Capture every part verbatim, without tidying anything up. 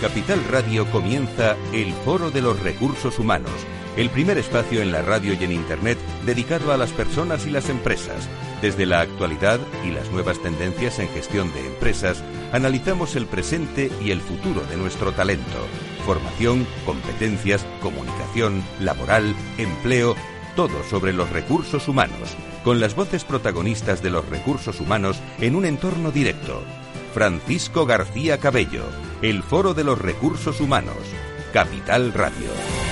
Capital Radio comienza el Foro de los Recursos Humanos, el primer espacio en la radio y en Internet dedicado a las personas y las empresas. Desde la actualidad y las nuevas tendencias en gestión de empresas, analizamos el presente y el futuro de nuestro talento. Formación, competencias, comunicación, laboral, empleo, todo sobre los recursos humanos, con las voces protagonistas de los recursos humanos en un entorno directo. Francisco García Cabello, el Foro de los Recursos Humanos, Capital Radio.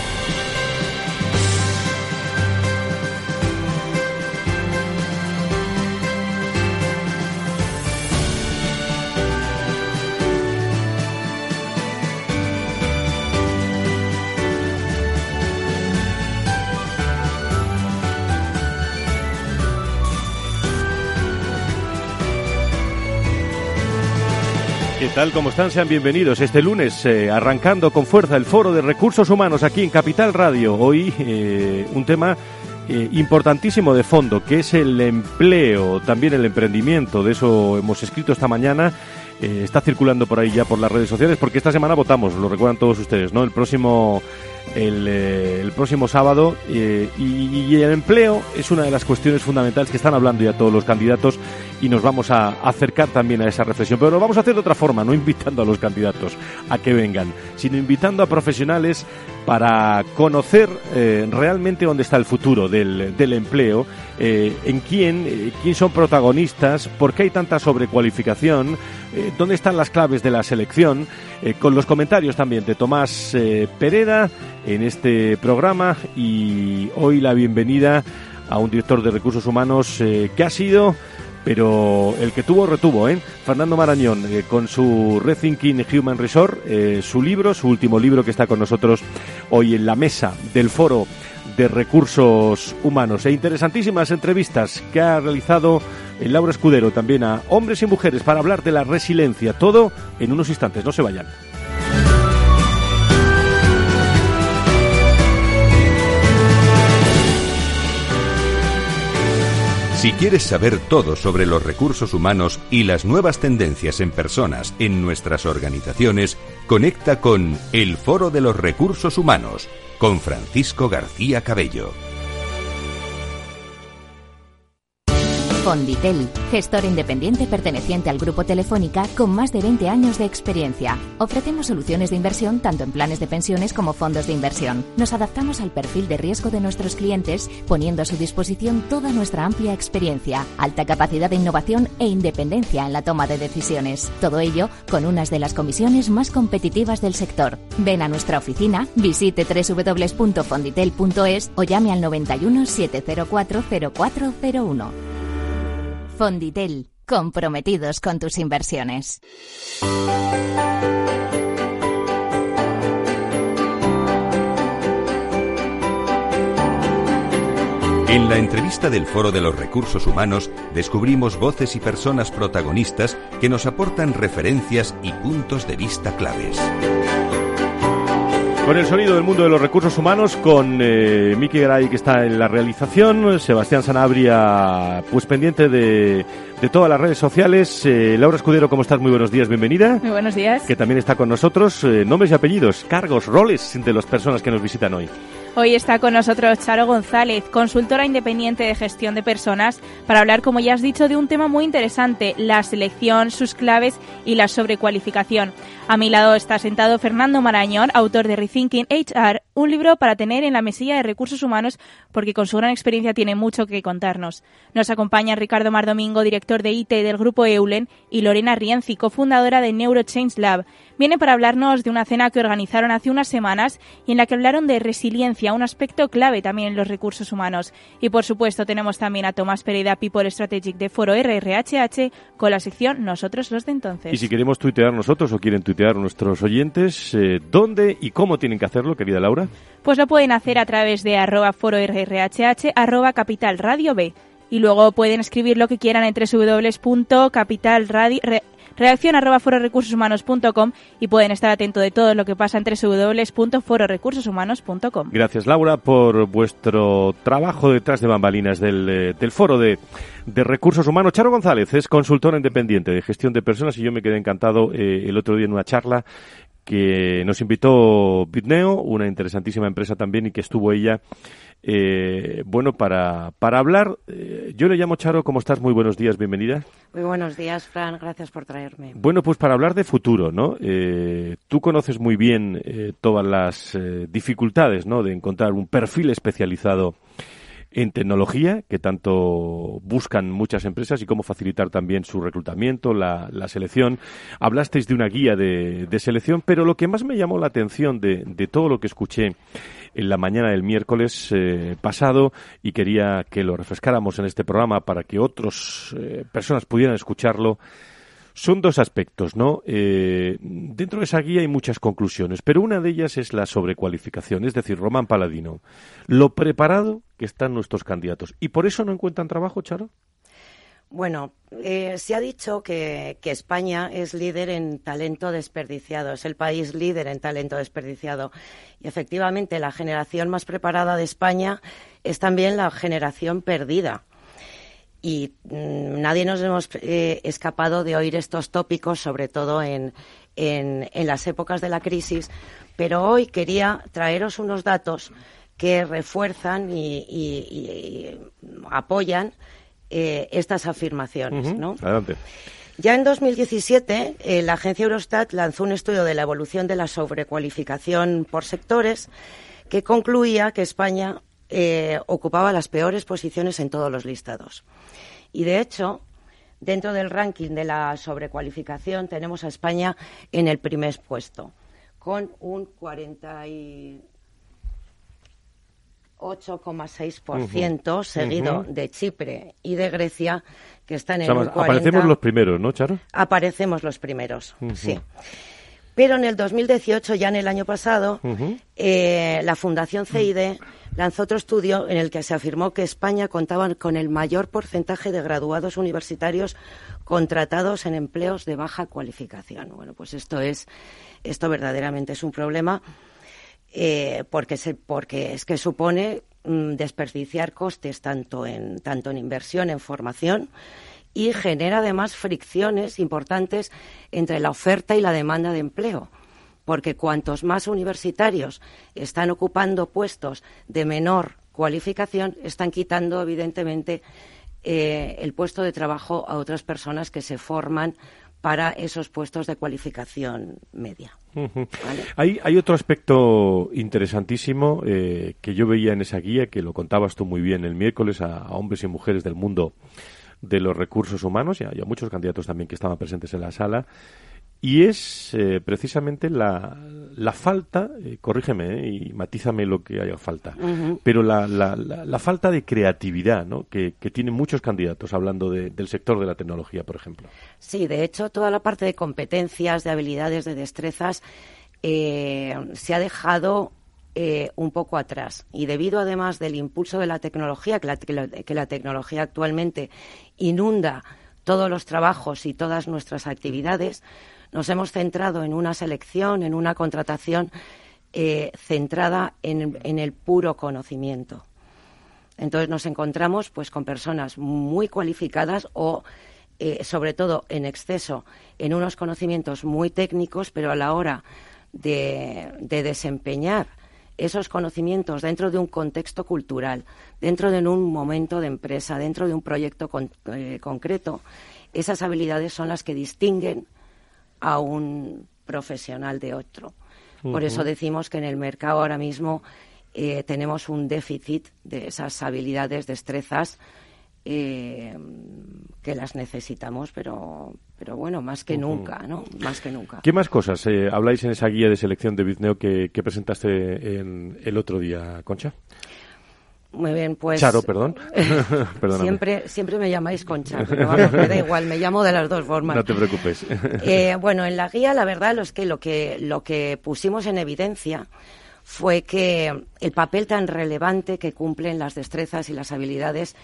¿Qué tal? ¿Cómo están? Sean bienvenidos este lunes, eh, arrancando con fuerza el Foro de Recursos Humanos aquí en Capital Radio. Hoy eh, un tema eh, importantísimo de fondo, que es el empleo, también el emprendimiento. De eso hemos escrito esta mañana. Eh, está circulando por ahí ya por las redes sociales, porque esta semana votamos, lo recuerdan todos ustedes, ¿no? El próximo... El, eh, el próximo sábado eh, y, y el empleo es una de las cuestiones fundamentales que están hablando ya todos los candidatos, y nos vamos a acercar también a esa reflexión, pero lo vamos a hacer de otra forma, no invitando a los candidatos a que vengan, sino invitando a profesionales para conocer eh, realmente dónde está el futuro del, del empleo, eh, en quién, eh, quién son protagonistas, por qué hay tanta sobrecualificación, eh, dónde están las claves de la selección, eh, con los comentarios también de Tomás eh, Pereda en este programa, y hoy la bienvenida a un director de recursos humanos eh, que ha sido, pero el que tuvo retuvo, ¿eh? Fernando Marañón, eh, con su Rethinking Human Resource, eh, su libro, su último libro, que está con nosotros hoy en la mesa del Foro de Recursos Humanos, e interesantísimas entrevistas que ha realizado el Laura Escudero también a hombres y mujeres para hablar de la resiliencia. Todo en unos instantes, no se vayan. Si quieres saber todo sobre los recursos humanos y las nuevas tendencias en personas en nuestras organizaciones, conecta con el Foro de los Recursos Humanos, con Francisco García Cabello. Fonditel, gestor independiente perteneciente al Grupo Telefónica con más de veinte años de experiencia. Ofrecemos soluciones de inversión tanto en planes de pensiones como fondos de inversión. Nos adaptamos al perfil de riesgo de nuestros clientes, poniendo a su disposición toda nuestra amplia experiencia, alta capacidad de innovación e independencia en la toma de decisiones. Todo ello con unas de las comisiones más competitivas del sector. Ven a nuestra oficina, visite doble u doble u doble u punto fonditel punto es o llame al noventa y uno, siete cero cuatro, cero cuatro cero uno. Fonditel, comprometidos con tus inversiones. En la entrevista del Foro de los Recursos Humanos descubrimos voces y personas protagonistas que nos aportan referencias y puntos de vista claves. Con el sonido del mundo de los recursos humanos, con eh, Miki Garay, que está en la realización, Sebastián Sanabria, pues pendiente de, de todas las redes sociales. Eh, Laura Escudero, ¿cómo estás? Muy buenos días, bienvenida. Muy buenos días. Que también está con nosotros. Eh, nombres y apellidos, cargos, roles de las personas que nos visitan hoy. Hoy está con nosotros Charo González, consultora independiente de gestión de personas, para hablar, como ya has dicho, de un tema muy interesante, la selección, sus claves y la sobrecualificación. A mi lado está sentado Fernando Marañón, autor de Rethinking H R, un libro para tener en la mesilla de recursos humanos, porque con su gran experiencia tiene mucho que contarnos. Nos acompaña Ricardo Mardomingo, director de I T del grupo Eulen, y Lorena Rienzi, cofundadora de Neurochange Lab. Viene para hablarnos de una cena que organizaron hace unas semanas y en la que hablaron de resiliencia, un aspecto clave también en los recursos humanos. Y por supuesto tenemos también a Tomás Pereda, People Strategic de Foro R R H H, con la sección Nosotros los de entonces. Y si queremos tuitear nosotros o quieren tuitear nuestros oyentes, eh, ¿dónde y cómo tienen que hacerlo, querida Laura? Pues lo pueden hacer a través de arroba foro R R H H, arroba capital radio B. Y luego pueden escribir lo que quieran en doble u doble u doble u punto capital radio redacción arroba foro recursos humanos punto com, y pueden estar atentos de todo lo que pasa en doble u doble u doble u punto foro recursos humanos punto com. Gracias, Laura, por vuestro trabajo detrás de bambalinas del, del Foro de, de Recursos Humanos. Charo González es consultora independiente de gestión de personas y yo me quedé encantado eh, el otro día en una charla que nos invitó Bitneo, una interesantísima empresa también, y que estuvo ella, eh, bueno, para, para hablar. Eh, yo le llamo Charo. ¿Cómo estás? Muy buenos días, bienvenida. Muy buenos días, Fran, gracias por traerme. Bueno, pues para hablar de futuro, ¿no? Eh, tú conoces muy bien eh, todas las eh, dificultades, ¿no?, de encontrar un perfil especializado en tecnología, que tanto buscan muchas empresas, y cómo facilitar también su reclutamiento, la, la selección. Hablasteis de una guía de, de selección, pero lo que más me llamó la atención de, de todo lo que escuché en la mañana del miércoles eh, pasado, y quería que lo refrescáramos en este programa para que otras eh, personas pudieran escucharlo, son dos aspectos, ¿no? Eh, dentro de esa guía hay muchas conclusiones, pero una de ellas es la sobrecualificación. Es decir, Román Paladino, lo preparado que están nuestros candidatos. ¿Y por eso no encuentran trabajo, Charo? Bueno, eh, se ha dicho que, que España es líder en talento desperdiciado, es el país líder en talento desperdiciado. Y efectivamente, la generación más preparada de España es también la generación perdida. Y mmm, nadie nos hemos eh, escapado de oír estos tópicos, sobre todo en, en, en las épocas de la crisis. Pero hoy quería traeros unos datos que refuerzan y, y, y apoyan eh, estas afirmaciones, Uh-huh. ¿no? Adelante. Ya en dos mil diecisiete, eh, la agencia Eurostat lanzó un estudio de la evolución de la sobrecualificación por sectores que concluía que España eh, ocupaba las peores posiciones en todos los listados. Y, de hecho, dentro del ranking de la sobrecualificación tenemos a España en el primer puesto, con un cuarenta y ocho coma seis por ciento, uh-huh. seguido uh-huh. de Chipre y de Grecia, que están en o sea, un cuarenta por ciento. Aparecemos los primeros, ¿no, Charo? Aparecemos los primeros, uh-huh. sí. Pero en el dos mil dieciocho, ya en el año pasado, uh-huh. eh, la Fundación C I D lanzó otro estudio en el que se afirmó que España contaba con el mayor porcentaje de graduados universitarios contratados en empleos de baja cualificación. Bueno, pues esto es, esto verdaderamente es un problema, eh, porque, se, porque es que supone mm, desperdiciar costes tanto en, tanto en inversión, en formación, y genera además fricciones importantes entre la oferta y la demanda de empleo, porque cuantos más universitarios están ocupando puestos de menor cualificación, están quitando evidentemente eh, el puesto de trabajo a otras personas que se forman para esos puestos de cualificación media. Uh-huh. ¿Vale? Hay, hay otro aspecto interesantísimo eh, que yo veía en esa guía, que lo contabas tú muy bien el miércoles a, a hombres y mujeres del mundo de los recursos humanos, y a, y a muchos candidatos también que estaban presentes en la sala, y es eh, precisamente la, la falta, eh, corrígeme eh, y matízame lo que haya falta, uh-huh. pero la, la, la, la falta de creatividad, ¿no?, que, que tienen muchos candidatos, hablando de, del sector de la tecnología, por ejemplo. Sí, de hecho, toda la parte de competencias, de habilidades, de destrezas, eh, se ha dejado Eh, un poco atrás, y debido además del impulso de la tecnología, que la, que la, que la tecnología actualmente inunda todos los trabajos y todas nuestras actividades, nos hemos centrado en una selección, en una contratación eh, centrada en, en el puro conocimiento. Entonces nos encontramos pues con personas muy cualificadas o eh, sobre todo en exceso en unos conocimientos muy técnicos, pero a la hora de, de desempeñar esos conocimientos dentro de un contexto cultural, dentro de un momento de empresa, dentro de un proyecto con, eh, concreto, esas habilidades son las que distinguen a un profesional de otro. Uh-huh. Por eso decimos que en el mercado ahora mismo eh, tenemos un déficit de esas habilidades, destrezas, eh, que las necesitamos, pero pero bueno, más que uh-huh. nunca, ¿no? Más que nunca. ¿Qué más cosas eh, habláis en esa guía de selección de Bitneo que, que presentaste en el otro día, Concha? Muy bien, pues... Charo, perdón. siempre, siempre me llamáis Concha, pero vamos, me da igual, me llamo de las dos formas. No te preocupes. eh, bueno, en la guía, la verdad, es que lo que lo que pusimos en evidencia fue que el papel tan relevante que cumplen las destrezas y las habilidades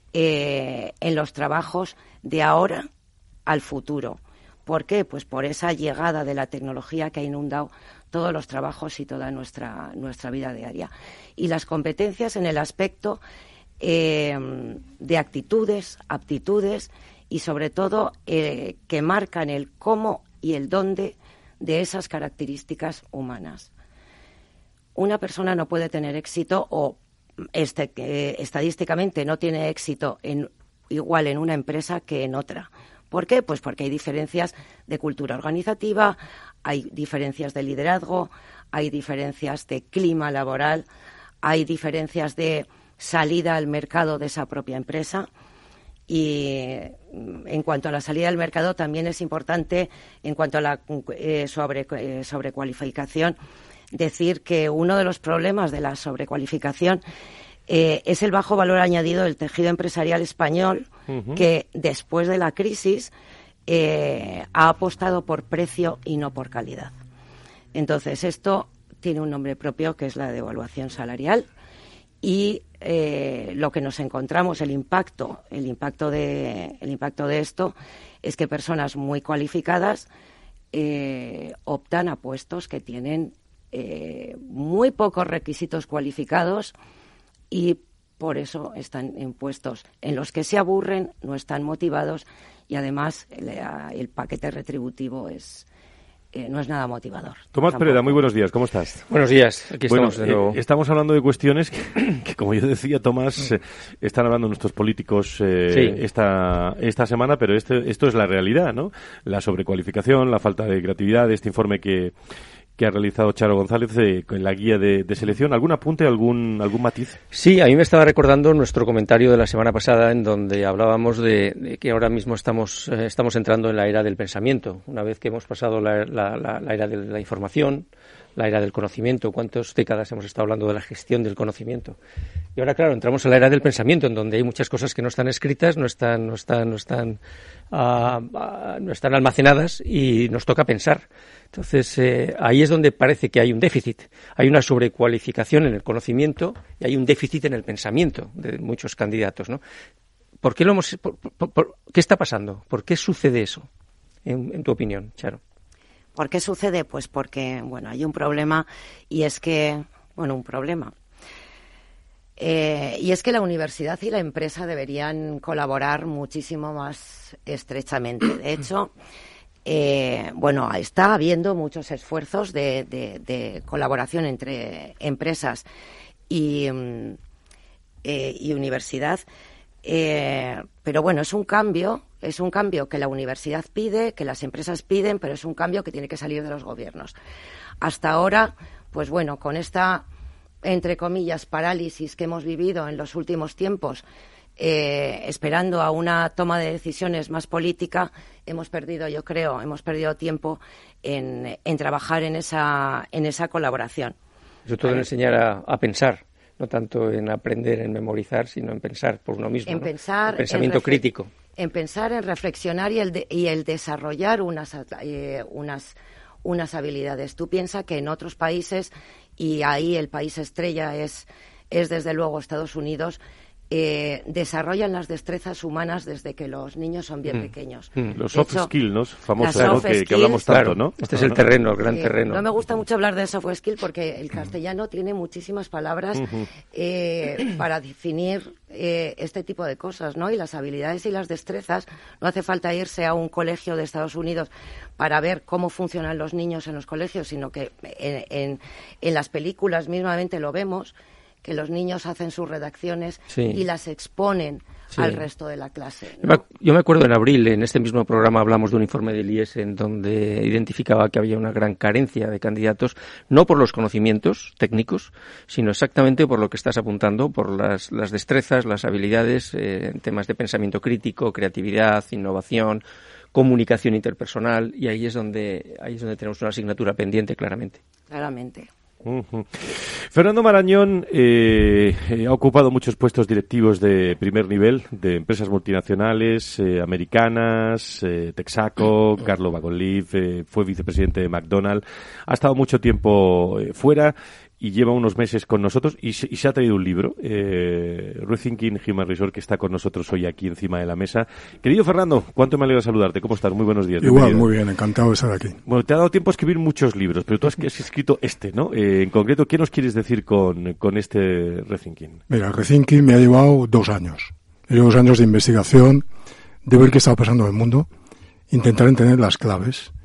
eh, en los trabajos de ahora al futuro. ¿Por qué? Pues por esa llegada de la tecnología que ha inundado todos los trabajos y toda nuestra nuestra vida diaria. Y las competencias en el aspecto eh, de actitudes, aptitudes y sobre todo eh, que marcan el cómo y el dónde de esas características humanas. Una persona no puede tener éxito o este, eh, estadísticamente no tiene éxito en, igual en una empresa que en otra. ¿Por qué? Pues porque hay diferencias de cultura organizativa, hay diferencias de liderazgo, hay diferencias de clima laboral, hay diferencias de salida al mercado de esa propia empresa. Y en cuanto a la salida al mercado también es importante, en cuanto a la eh, sobre, eh, sobrecualificación, decir que uno de los problemas de la sobrecualificación eh, es el bajo valor añadido del tejido empresarial español, uh-huh. que después de la crisis eh, ha apostado por precio y no por calidad. Entonces, esto tiene un nombre propio, que es la devaluación salarial, y eh, lo que nos encontramos, el impacto, el impacto de, el impacto de esto es que personas muy cualificadas eh, optan a puestos que tienen eh, muy pocos requisitos cualificados y por eso están en puestos en los que se aburren, no están motivados y además el, el paquete retributivo es Eh, no es nada motivador. Tomás Pereda, muy buenos días, ¿cómo estás? Buenos días, aquí bueno, estamos de nuevo. Eh, estamos hablando de cuestiones que, que como yo decía, Tomás, eh, están hablando nuestros políticos eh, sí. esta esta semana, pero este, esto es la realidad, ¿no? La sobrecualificación, la falta de creatividad, este informe que que ha realizado Charo González eh, en la guía de, de selección. ¿Algún apunte, algún algún matiz? Sí, a mí me estaba recordando nuestro comentario de la semana pasada en donde hablábamos de, de que ahora mismo estamos eh, estamos entrando en la era del pensamiento. Una vez que hemos pasado la, la, la, la era de la información, la era del conocimiento, ¿cuántas décadas hemos estado hablando de la gestión del conocimiento? Y ahora, claro, entramos en la era del pensamiento, en donde hay muchas cosas que no están escritas, no están, no están, no están, uh, uh, no están almacenadas y nos toca pensar. Entonces, eh, ahí es donde parece que hay un déficit. Hay una sobrecualificación en el conocimiento y hay un déficit en el pensamiento de muchos candidatos, ¿no? ¿Por qué lo hemos, por, por, por, ¿qué está pasando? ¿Por qué sucede eso, en, en tu opinión, Charo? ¿Por qué sucede? Pues porque, bueno, hay un problema y es que, bueno, un problema. Eh, y es que la universidad y la empresa deberían colaborar muchísimo más estrechamente. De hecho, eh, bueno, está habiendo muchos esfuerzos de, de, de colaboración entre empresas y, eh, y universidad. Eh, pero bueno, es un cambio, es un cambio que la universidad pide, que las empresas piden, pero es un cambio que tiene que salir de los gobiernos. Hasta ahora, pues bueno, con esta, entre comillas, parálisis que hemos vivido en los últimos tiempos, eh, esperando a una toma de decisiones más política, hemos perdido, yo creo, hemos perdido tiempo en, en trabajar en esa, en esa colaboración. Eso todo en enseñar a, a pensar. No tanto en aprender, en memorizar, sino en pensar por uno mismo. En ¿no? pensar, el pensamiento en refle- crítico. En pensar, en reflexionar y el, de, y el desarrollar unas, eh, unas, unas habilidades. Tú piensas que en otros países, y ahí el país estrella es, es desde luego Estados Unidos, eh, desarrollan las destrezas humanas desde que los niños son bien mm. pequeños. Mm. Los soft hecho, skills, ¿no? Famosos, ¿no? Que, skills, que hablamos tanto, claro, ¿no? Este es el terreno, el gran eh, terreno. No me gusta mucho hablar de soft skills porque el castellano tiene muchísimas palabras uh-huh. eh, para definir eh, este tipo de cosas, ¿no? Y las habilidades y las destrezas, no hace falta irse a un colegio de Estados Unidos para ver cómo funcionan los niños en los colegios, sino que en, en, en las películas mismamente lo vemos, que los niños hacen sus redacciones sí. y las exponen sí. al resto de la clase, ¿no? Yo me acuerdo en abril, en este mismo programa hablamos de un informe del I E S en donde identificaba que había una gran carencia de candidatos, no por los conocimientos técnicos, sino exactamente por lo que estás apuntando, por las, las destrezas, las habilidades eh, en temas de pensamiento crítico, creatividad, innovación, comunicación interpersonal, y ahí es donde, ahí es donde tenemos una asignatura pendiente, claramente. Claramente. Uh-huh. Fernando Marañón eh, eh, ha ocupado muchos puestos directivos de primer nivel de empresas multinacionales eh, americanas, eh, Texaco, Carlo Bagoliv, eh, fue vicepresidente de McDonald's, ha estado mucho tiempo eh, fuera y lleva unos meses con nosotros y se, y se ha traído un libro, eh, Rethinking Human Resource, que está con nosotros hoy aquí encima de la mesa. Querido Fernando, cuánto me alegra saludarte. ¿Cómo estás? Muy buenos días. Igual, bienvenido. Muy bien, encantado de estar aquí. Bueno, te ha dado tiempo a escribir muchos libros, pero tú has, has escrito este, ¿no? Eh, en concreto, ¿qué nos quieres decir con, con este Rethinking? Mira, Rethinking me ha llevado dos años. Me llevo dos años de investigación, de ver qué estaba pasando en el mundo, intentar entender las claves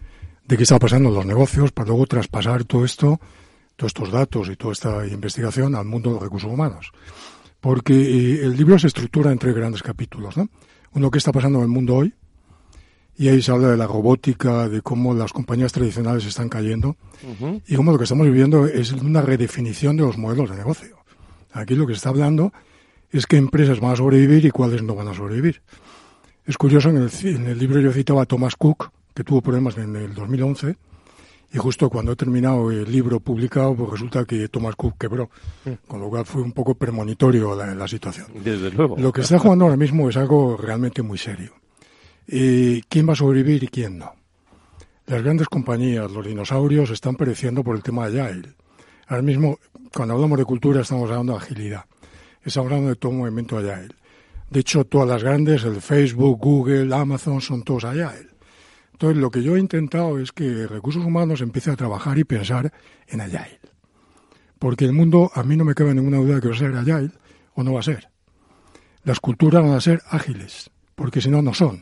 de qué está pasando en los negocios para luego traspasar todo esto, todos estos datos y toda esta investigación al mundo de los recursos humanos. Porque eh, el libro se estructura en tres grandes capítulos, ¿no? Uno, qué está pasando en el mundo hoy, y ahí se habla de la robótica, de cómo las compañías tradicionales están cayendo, uh-huh. y cómo lo que estamos viviendo es una redefinición de los modelos de negocio. Aquí lo que se está hablando es qué empresas van a sobrevivir y cuáles no van a sobrevivir. Es curioso, en el, en el libro yo citaba a Thomas Cook, que tuvo problemas en el dos mil once, y justo cuando he terminado el libro publicado, pues resulta que Thomas Cook quebró, con lo cual fue un poco premonitorio la, la situación. Desde luego. Lo que está jugando ahora mismo es algo realmente muy serio. Eh, ¿Quién va a sobrevivir y quién no? Las grandes compañías, los dinosaurios, están pereciendo por el tema de Agile. Ahora mismo, cuando hablamos de cultura, estamos hablando de agilidad. Estamos hablando de todo movimiento Agile. De hecho, todas las grandes, el Facebook, Google, Amazon, son todos Agile. Entonces, lo que yo he intentado es que recursos humanos empiece a trabajar y pensar en Agile. Porque el mundo, a mí no me cabe ninguna duda de que va a ser Agile o no va a ser. Las culturas van a ser ágiles, porque si no, no son.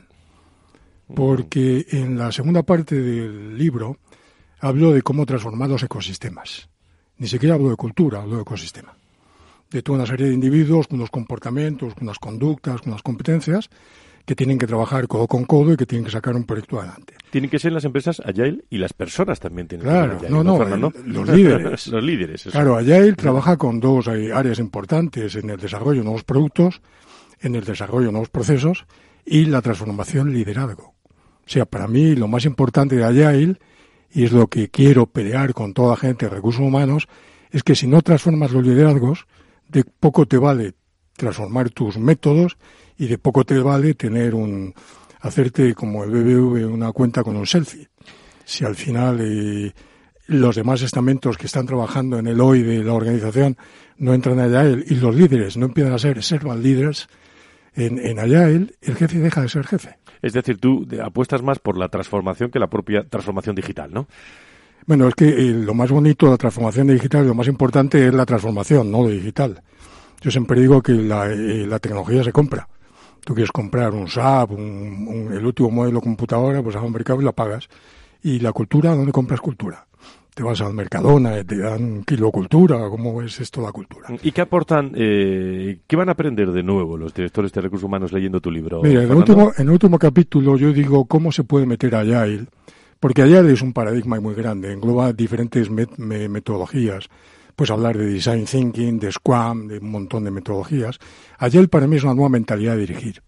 Porque en la segunda parte del libro hablo de cómo transformar los ecosistemas. Ni siquiera hablo de cultura, hablo de ecosistema. De toda una serie de individuos con unos comportamientos, con unas conductas, con unas competencias que tienen que trabajar codo con codo y que tienen que sacar un proyecto adelante. Tienen que ser las empresas Agile y las personas también tienen claro, que ser Agile. Claro, no, no, Fernando? El, los líderes. los líderes. Eso. Claro, Agile trabaja con dos áreas importantes en el desarrollo de nuevos productos, en el desarrollo de nuevos procesos y la transformación liderazgo. O sea, para mí lo más importante de Agile, y es lo que quiero pelear con toda la gente de recursos humanos, es que si no transformas los liderazgos, de poco te vale transformar tus métodos y de poco te vale tener un hacerte como el B B V una cuenta con un selfie. Si al final eh, los demás estamentos que están trabajando en el hoy de la organización no entran en Agile y los líderes no empiezan a ser servant leaders en, en Agile, el jefe deja de ser jefe. Es decir, tú apuestas más por la transformación que la propia transformación digital, ¿no? Bueno, es que eh, lo más bonito de la transformación digital y lo más importante es la transformación, no lo digital. Yo siempre digo que la, eh, la tecnología se compra. Tú quieres comprar un S A P, un, un, el último modelo de computadora, pues vas al mercado y la pagas. Y la cultura, ¿dónde compras cultura? Te vas al Mercadona, te dan un kilo de cultura, ¿cómo es esto la cultura? ¿Y qué aportan, eh, qué van a aprender de nuevo los directores de recursos humanos leyendo tu libro? Mira, en el, último, en el último capítulo yo digo cómo se puede meter a Agile, porque Agile es un paradigma muy grande, engloba diferentes met- me- metodologías. Puedes hablar de Design Thinking, de Scrum, de un montón de metodologías. Agile para mí es una nueva mentalidad de dirigir.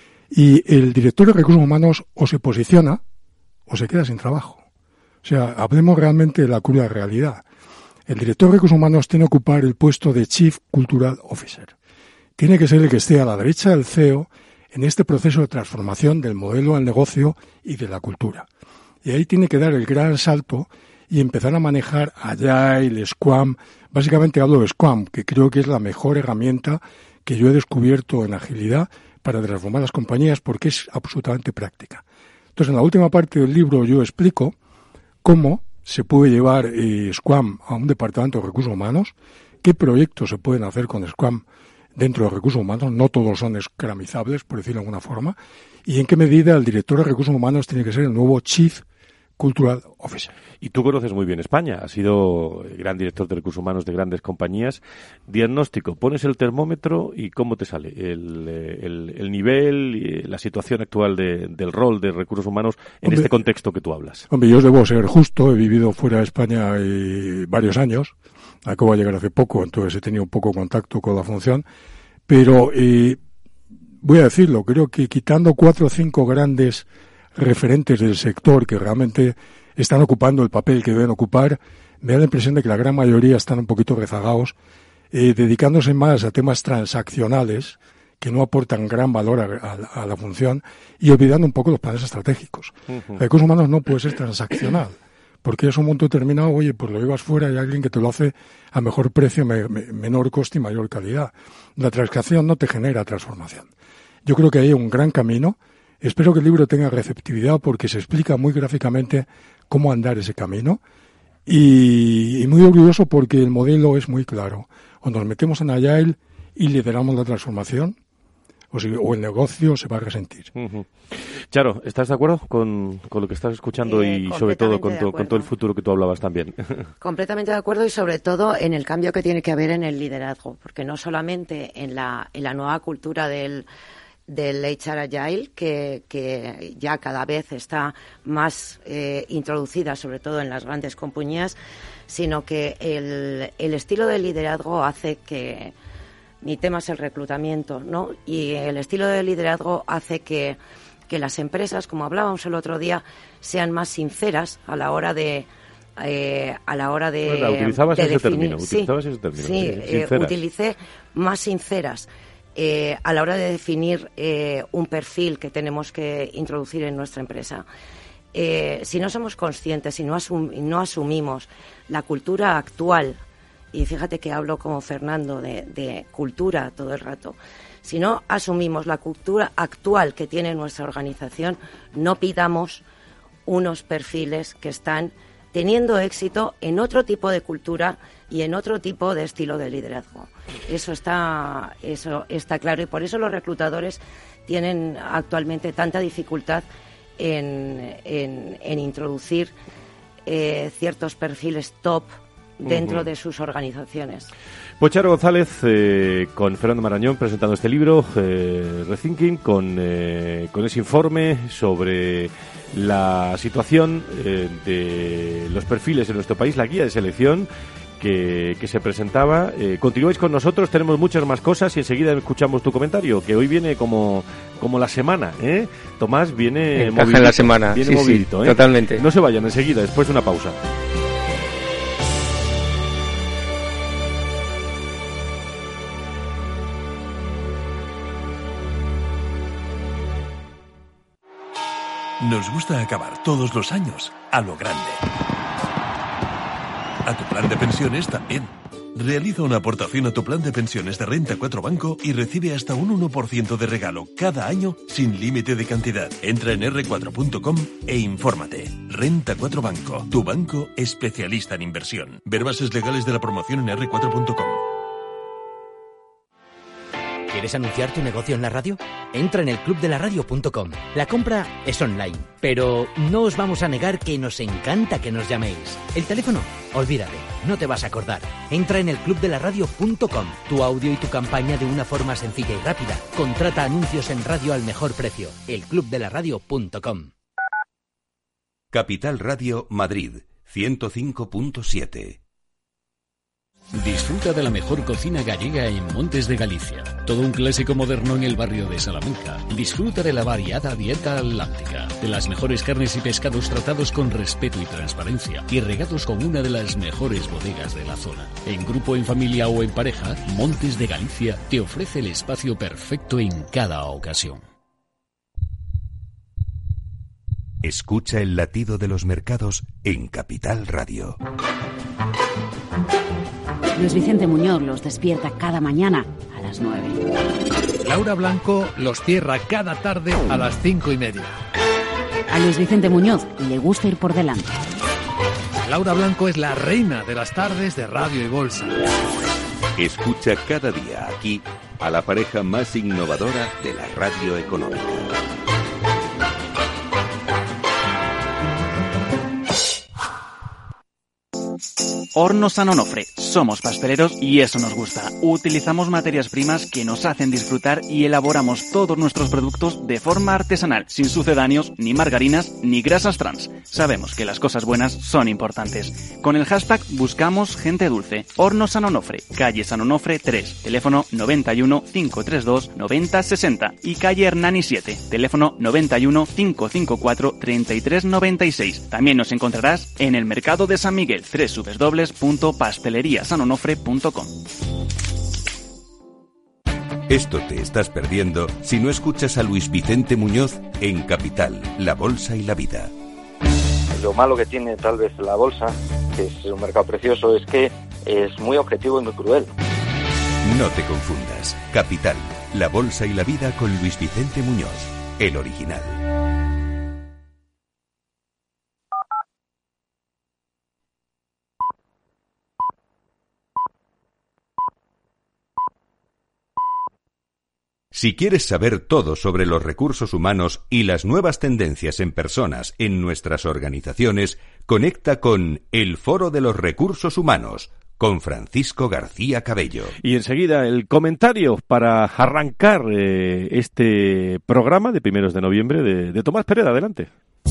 Y el director de recursos humanos o se posiciona o se queda sin trabajo. O sea, hablemos realmente de la cruda realidad. El director de recursos humanos tiene que ocupar el puesto de Chief Cultural Officer. Tiene que ser el que esté a la derecha del C E O en este proceso de transformación del modelo del negocio y de la cultura. Y ahí tiene que dar el gran salto y empezar a manejar Agile, Scrum. Básicamente hablo de Scrum, que creo que es la mejor herramienta que yo he descubierto en agilidad para transformar las compañías porque es absolutamente práctica. Entonces, en la última parte del libro yo explico cómo se puede llevar eh, Scrum a un departamento de recursos humanos, qué proyectos se pueden hacer con Scrum dentro de recursos humanos, no todos son scrumizables, por decirlo de alguna forma, y en qué medida el director de recursos humanos tiene que ser el nuevo Chief Cultural Officer. Y tú conoces muy bien España, has sido gran director de recursos humanos de grandes compañías. Diagnóstico, pones el termómetro y ¿cómo te sale? El, el, el nivel y la situación actual de, del rol de recursos humanos en hombre, este contexto que tú hablas. Hombre, yo debo ser justo, he vivido fuera de España eh, varios años, acabo de llegar hace poco, entonces he tenido un poco contacto con la función, pero eh, voy a decirlo, creo que quitando cuatro o cinco grandes referentes del sector que realmente están ocupando el papel que deben ocupar, me da la impresión de que la gran mayoría están un poquito rezagados, eh, dedicándose más a temas transaccionales que no aportan gran valor a, a, a la función y olvidando un poco los planes estratégicos. Uh-huh. Recursos humanos no puede ser transaccional, porque es un momento determinado, oye, pues lo llevas fuera y hay alguien que te lo hace a mejor precio, me, me, menor coste y mayor calidad. La transacción no te genera transformación. Yo creo que hay un gran camino. Espero que el libro tenga receptividad porque se explica muy gráficamente cómo andar ese camino y, y muy orgulloso porque el modelo es muy claro. O nos metemos en Agile y lideramos la transformación o, si, o el negocio se va a resentir. Uh-huh. Charo, ¿estás de acuerdo con, con lo que estás escuchando eh, y sobre todo con, to, con todo el futuro que tú hablabas también? Completamente de acuerdo, y sobre todo en el cambio que tiene que haber en el liderazgo, porque no solamente en la, en la nueva cultura del del H R Agile, que, que ya cada vez está más eh, introducida, sobre todo en las grandes compañías, sino que el, el estilo de liderazgo hace que... Mi tema es el reclutamiento, ¿no? Y el estilo de liderazgo hace que, que las empresas, como hablábamos el otro día, sean más sinceras a la hora de... Eh, a la hora de, bueno, utilizabas de ese definir. término, Sí, utilizabas ese término. Sí, eh, eh, utilicé más sinceras. Eh, a la hora de definir eh, un perfil que tenemos que introducir en nuestra empresa. Eh, si no somos conscientes, si no, asum no asumimos la cultura actual, y fíjate que hablo como Fernando de, de cultura todo el rato, si no asumimos la cultura actual que tiene nuestra organización, no pidamos unos perfiles que están teniendo éxito en otro tipo de cultura y en otro tipo de estilo de liderazgo. Eso está, eso está claro, y por eso los reclutadores tienen actualmente tanta dificultad en, en, en introducir eh, ciertos perfiles top dentro uh-huh. de sus organizaciones. Pues Charo González, eh, con Fernando Marañón, presentando este libro, eh, Rethinking, con, eh, con ese informe sobre la situación eh, de los perfiles en nuestro país, la guía de selección que, que se presentaba. Eh, continuáis con nosotros, tenemos muchas más cosas y enseguida escuchamos tu comentario, que hoy viene como, como la semana, ¿eh? Tomás viene Encaja movidito, en la semana, viene sí, movidito, sí, ¿eh? Totalmente. No se vayan, enseguida, después de una pausa. Nos gusta acabar todos los años a lo grande. A tu plan de pensiones también. Realiza una aportación a tu plan de pensiones de Renta cuatro Banco y recibe hasta un uno por ciento de regalo cada año sin límite de cantidad. Entra en erre cuatro punto com e infórmate. Renta cuatro Banco, tu banco especialista en inversión. Ver bases legales de la promoción en erre cuatro punto com. ¿Quieres anunciar tu negocio en la radio? Entra en el club de la radio punto com. La compra es online, pero no os vamos a negar que nos encanta que nos llaméis. El teléfono, olvídate, no te vas a acordar. Entra en el club de la radio punto com. Tu audio y tu campaña de una forma sencilla y rápida. Contrata anuncios en radio al mejor precio. el club de la radio punto com. Capital Radio Madrid, ciento cinco punto siete. Disfruta de la mejor cocina gallega en Montes de Galicia. Todo un clásico moderno en el barrio de Salamanca. Disfruta de la variada dieta atlántica, de las mejores carnes y pescados tratados con respeto y transparencia y regados con una de las mejores bodegas de la zona. En grupo, en familia o en pareja, Montes de Galicia te ofrece el espacio perfecto en cada ocasión. Escucha el latido de los mercados en Capital Radio. Luis Vicente Muñoz los despierta cada mañana a las nueve. Laura Blanco los cierra cada tarde a las cinco y media. A Luis Vicente Muñoz le gusta ir por delante. Laura Blanco es la reina de las tardes de Radio y Bolsa. Escucha cada día aquí a la pareja más innovadora de la radio económica. Hornos San Onofre. Somos pasteleros y eso nos gusta. Utilizamos materias primas que nos hacen disfrutar y elaboramos todos nuestros productos de forma artesanal, sin sucedáneos, ni margarinas, ni grasas trans. Sabemos que las cosas buenas son importantes. Con el hashtag buscamos gente dulce. Hornos San Onofre, calle San Onofre tres, teléfono noventa y uno, cinco treinta y dos, noventa sesenta y calle Hernani siete, teléfono noventa y uno, cinco cincuenta y cuatro, treinta y tres noventa y seis. También nos encontrarás en el mercado de San Miguel, doble u doble u doble u punto pastelería san onofre punto com. Esto te estás perdiendo si no escuchas a Luis Vicente Muñoz en Capital, la Bolsa y la Vida. Lo malo que tiene tal vez la bolsa, que es un mercado precioso, es que es muy objetivo y muy cruel. No te confundas. Capital, la Bolsa y la Vida con Luis Vicente Muñoz, el original. Si quieres saber todo sobre los recursos humanos y las nuevas tendencias en personas en nuestras organizaciones, conecta con El Foro de los Recursos Humanos, con Francisco García Cabello. Y enseguida el comentario para arrancar eh, este programa de primeros de noviembre de, de Tomás Pereda. Adelante.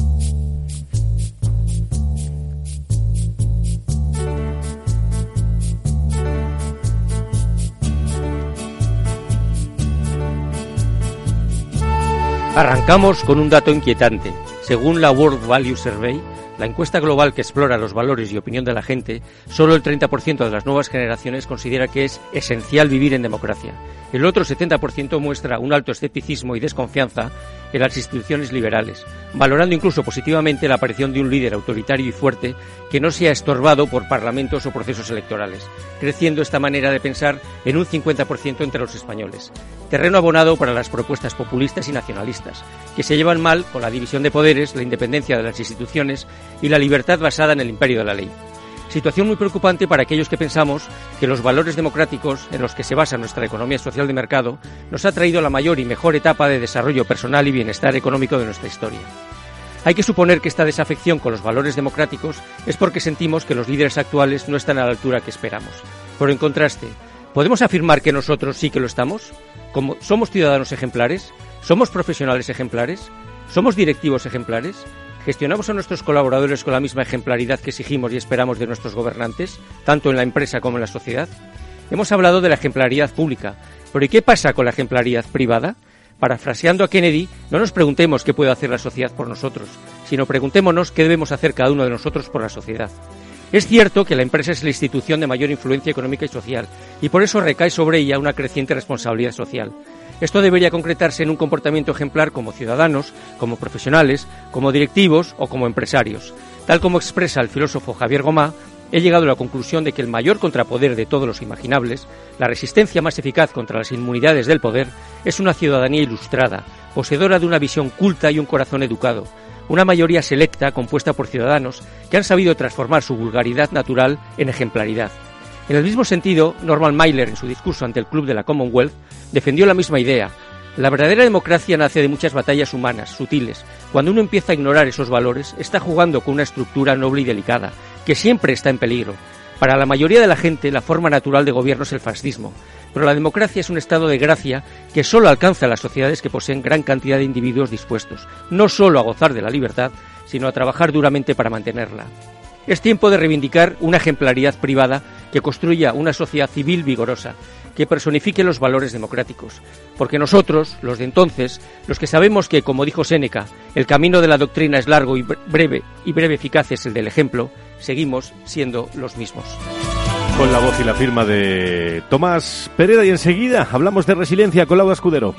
Arrancamos con un dato inquietante. Según la World Value Survey, la encuesta global que explora los valores y opinión de la gente, solo el treinta por ciento de las nuevas generaciones considera que es esencial vivir en democracia. El otro setenta por ciento muestra un alto escepticismo y desconfianza en las instituciones liberales, valorando incluso positivamente la aparición de un líder autoritario y fuerte que no sea estorbado por parlamentos o procesos electorales, creciendo esta manera de pensar en un cincuenta por ciento entre los españoles. Terreno abonado para las propuestas populistas y nacionalistas, que se llevan mal con la división de poderes, la independencia de las instituciones y la libertad basada en el imperio de la ley. Situación muy preocupante para aquellos que pensamos que los valores democráticos en los que se basa nuestra economía social de mercado nos ha traído la mayor y mejor etapa de desarrollo personal y bienestar económico de nuestra historia. Hay que suponer que esta desafección con los valores democráticos es porque sentimos que los líderes actuales no están a la altura que esperamos. Pero en contraste, ¿podemos afirmar que nosotros sí que lo estamos? ¿Como somos ciudadanos ejemplares? ¿Somos profesionales ejemplares? ¿Somos directivos ejemplares? ¿Gestionamos a nuestros colaboradores con la misma ejemplaridad que exigimos y esperamos de nuestros gobernantes, tanto en la empresa como en la sociedad? Hemos hablado de la ejemplaridad pública, pero ¿y qué pasa con la ejemplaridad privada? Parafraseando a Kennedy, no nos preguntemos qué puede hacer la sociedad por nosotros, sino preguntémonos qué debemos hacer cada uno de nosotros por la sociedad. Es cierto que la empresa es la institución de mayor influencia económica y social, y por eso recae sobre ella una creciente responsabilidad social. Esto debería concretarse en un comportamiento ejemplar como ciudadanos, como profesionales, como directivos o como empresarios. Tal como expresa el filósofo Javier Gomá, he llegado a la conclusión de que el mayor contrapoder de todos los imaginables, la resistencia más eficaz contra las inmunidades del poder, es una ciudadanía ilustrada, poseedora de una visión culta y un corazón educado, una mayoría selecta compuesta por ciudadanos que han sabido transformar su vulgaridad natural en ejemplaridad. En el mismo sentido, Norman Mailer, en su discurso ante el Club de la Commonwealth, defendió la misma idea. La verdadera democracia nace de muchas batallas humanas, sutiles. Cuando uno empieza a ignorar esos valores, está jugando con una estructura noble y delicada, que siempre está en peligro. Para la mayoría de la gente, la forma natural de gobierno es el fascismo, pero la democracia es un estado de gracia que solo alcanza a las sociedades que poseen gran cantidad de individuos dispuestos, no solo a gozar de la libertad, sino a trabajar duramente para mantenerla. Es tiempo de reivindicar una ejemplaridad privada que construya una sociedad civil vigorosa, que personifique los valores democráticos. Porque nosotros, los de entonces, los que sabemos que, como dijo Séneca, el camino de la doctrina es largo y breve, y breve eficaz es el del ejemplo, seguimos siendo los mismos. Con la voz y la firma de Tomás Pereda, y enseguida hablamos de resiliencia con Laura Escudero.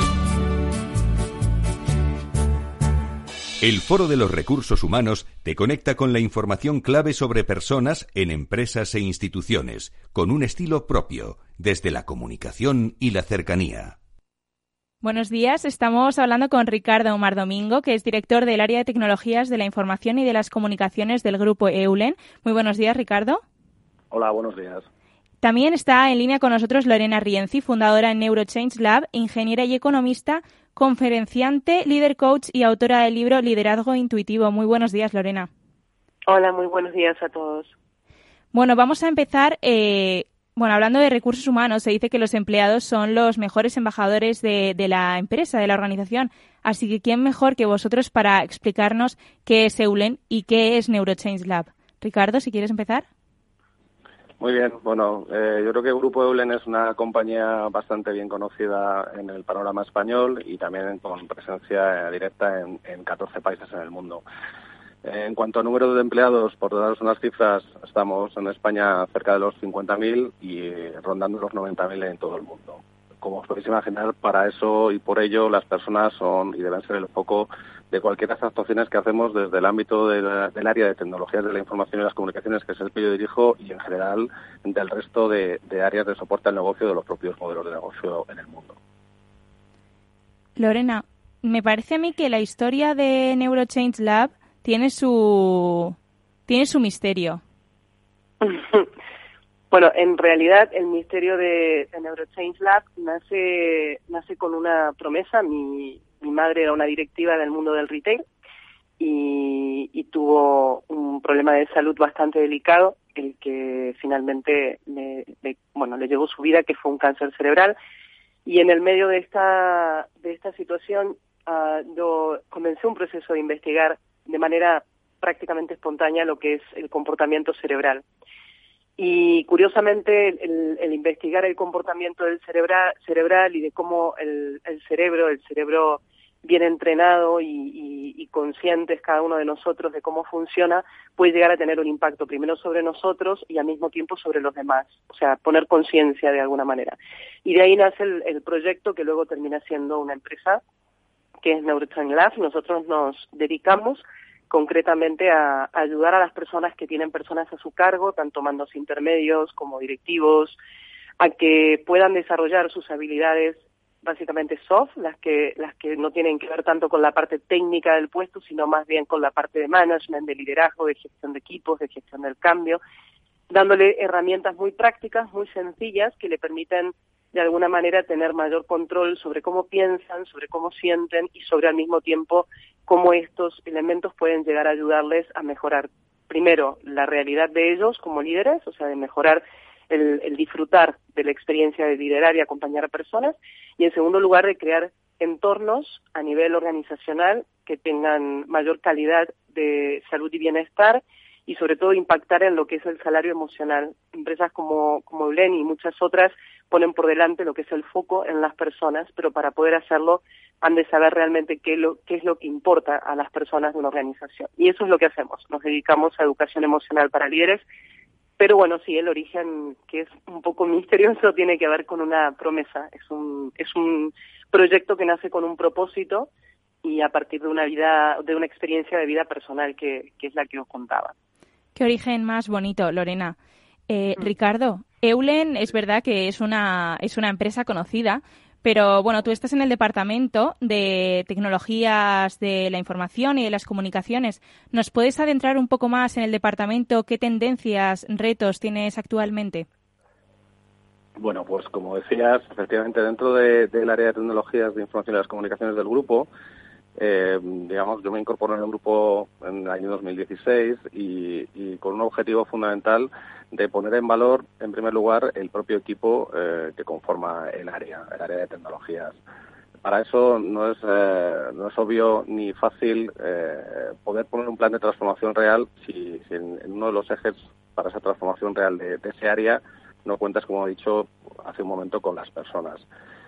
El Foro de los Recursos Humanos te conecta con la información clave sobre personas en empresas e instituciones, con un estilo propio, desde la comunicación y la cercanía. Buenos días, estamos hablando con Ricardo Omar Domingo, que es director del área de tecnologías de la información y de las comunicaciones del grupo Eulen. Muy buenos días, Ricardo. Hola, buenos días. También está en línea con nosotros Lorena Rienzi, fundadora en Neurochange Lab, ingeniera y economista, conferenciante, líder coach y autora del libro Liderazgo Intuitivo. Muy buenos días, Lorena. Hola, muy buenos días a todos. Bueno, vamos a empezar, eh, bueno, hablando de recursos humanos, se dice que los empleados son los mejores embajadores de, de la empresa, de la organización. Así que, ¿quién mejor que vosotros para explicarnos qué es Eulen y qué es Neurochange Lab? Ricardo, si quieres empezar. Muy bien, bueno, eh, yo creo que el Grupo Eulen es una compañía bastante bien conocida en el panorama español y también con presencia directa en, en catorce países en el mundo. Eh, en cuanto a número de empleados, por daros unas cifras, estamos en España cerca de los cincuenta mil y rondando los noventa mil en todo el mundo. Como os podéis imaginar, para eso y por ello las personas son y deben ser el foco de cualquier de las actuaciones que hacemos desde el ámbito de la, del área de tecnologías de la información y las comunicaciones, que es el que yo dirijo, y en general del resto de, de áreas de soporte al negocio de los propios modelos de negocio en el mundo. Lorena, me parece a mí que la historia de Neurochange Lab tiene su tiene su misterio. Bueno, en realidad el Ministerio de, de Neurochange Lab nace, nace con una promesa. Mi, mi madre era una directiva del mundo del retail y, y tuvo un problema de salud bastante delicado, el que finalmente le, le, bueno, le llevó su vida, que fue un cáncer cerebral. Y en el medio de esta, de esta situación, uh, yo comencé un proceso de investigar de manera prácticamente espontánea lo que es el comportamiento cerebral. Y curiosamente, el, el investigar el comportamiento del cerebra, cerebral y de cómo el, el cerebro, el cerebro bien entrenado y, y, y conscientes cada uno de nosotros de cómo funciona, puede llegar a tener un impacto primero sobre nosotros y al mismo tiempo sobre los demás. O sea, poner conciencia de alguna manera. Y de ahí nace el, el proyecto que luego termina siendo una empresa, que es Neurochange Lab. Nosotros nos dedicamos concretamente a, a ayudar a las personas que tienen personas a su cargo, tanto mandos intermedios como directivos, a que puedan desarrollar sus habilidades básicamente soft, las que las que no tienen que ver tanto con la parte técnica del puesto, sino más bien con la parte de management, de liderazgo, de gestión de equipos, de gestión del cambio, dándole herramientas muy prácticas, muy sencillas, que le permiten de alguna manera tener mayor control sobre cómo piensan, sobre cómo sienten y sobre al mismo tiempo cómo estos elementos pueden llegar a ayudarles a mejorar primero la realidad de ellos como líderes, o sea, de mejorar el, el disfrutar de la experiencia de liderar y acompañar a personas, y en segundo lugar de crear entornos a nivel organizacional que tengan mayor calidad de salud y bienestar y sobre todo impactar en lo que es el salario emocional. Empresas como, como Eulen y muchas otras ponen por delante lo que es el foco en las personas, pero para poder hacerlo han de saber realmente qué, lo, qué es lo que importa a las personas de una organización. Y eso es lo que hacemos. Nos dedicamos a educación emocional para líderes, pero bueno, sí, el origen, que es un poco misterioso, tiene que ver con una promesa. Es un, es un proyecto que nace con un propósito y a partir de una vida, de una experiencia de vida personal que, que es la que os contaba. Qué origen más bonito, Lorena. Eh, mm. Ricardo, Eulen es verdad que es una, es una empresa conocida, pero bueno, tú estás en el departamento de tecnologías de la información y de las comunicaciones. ¿Nos puedes adentrar un poco más en el departamento? ¿Qué tendencias, retos tienes actualmente? Bueno, pues como decías, efectivamente dentro de, del área de tecnologías de información y las comunicaciones del grupo, Eh, digamos, yo me incorporé en el grupo en el año dos mil dieciséis y, y con un objetivo fundamental de poner en valor, en primer lugar, el propio equipo eh, que conforma el área, el área de tecnologías. Para eso no es, eh, no es obvio ni fácil eh, poder poner un plan de transformación real si, si en, en uno de los ejes para esa transformación real de, de ese área no cuentas, como he dicho hace un momento, con las personas.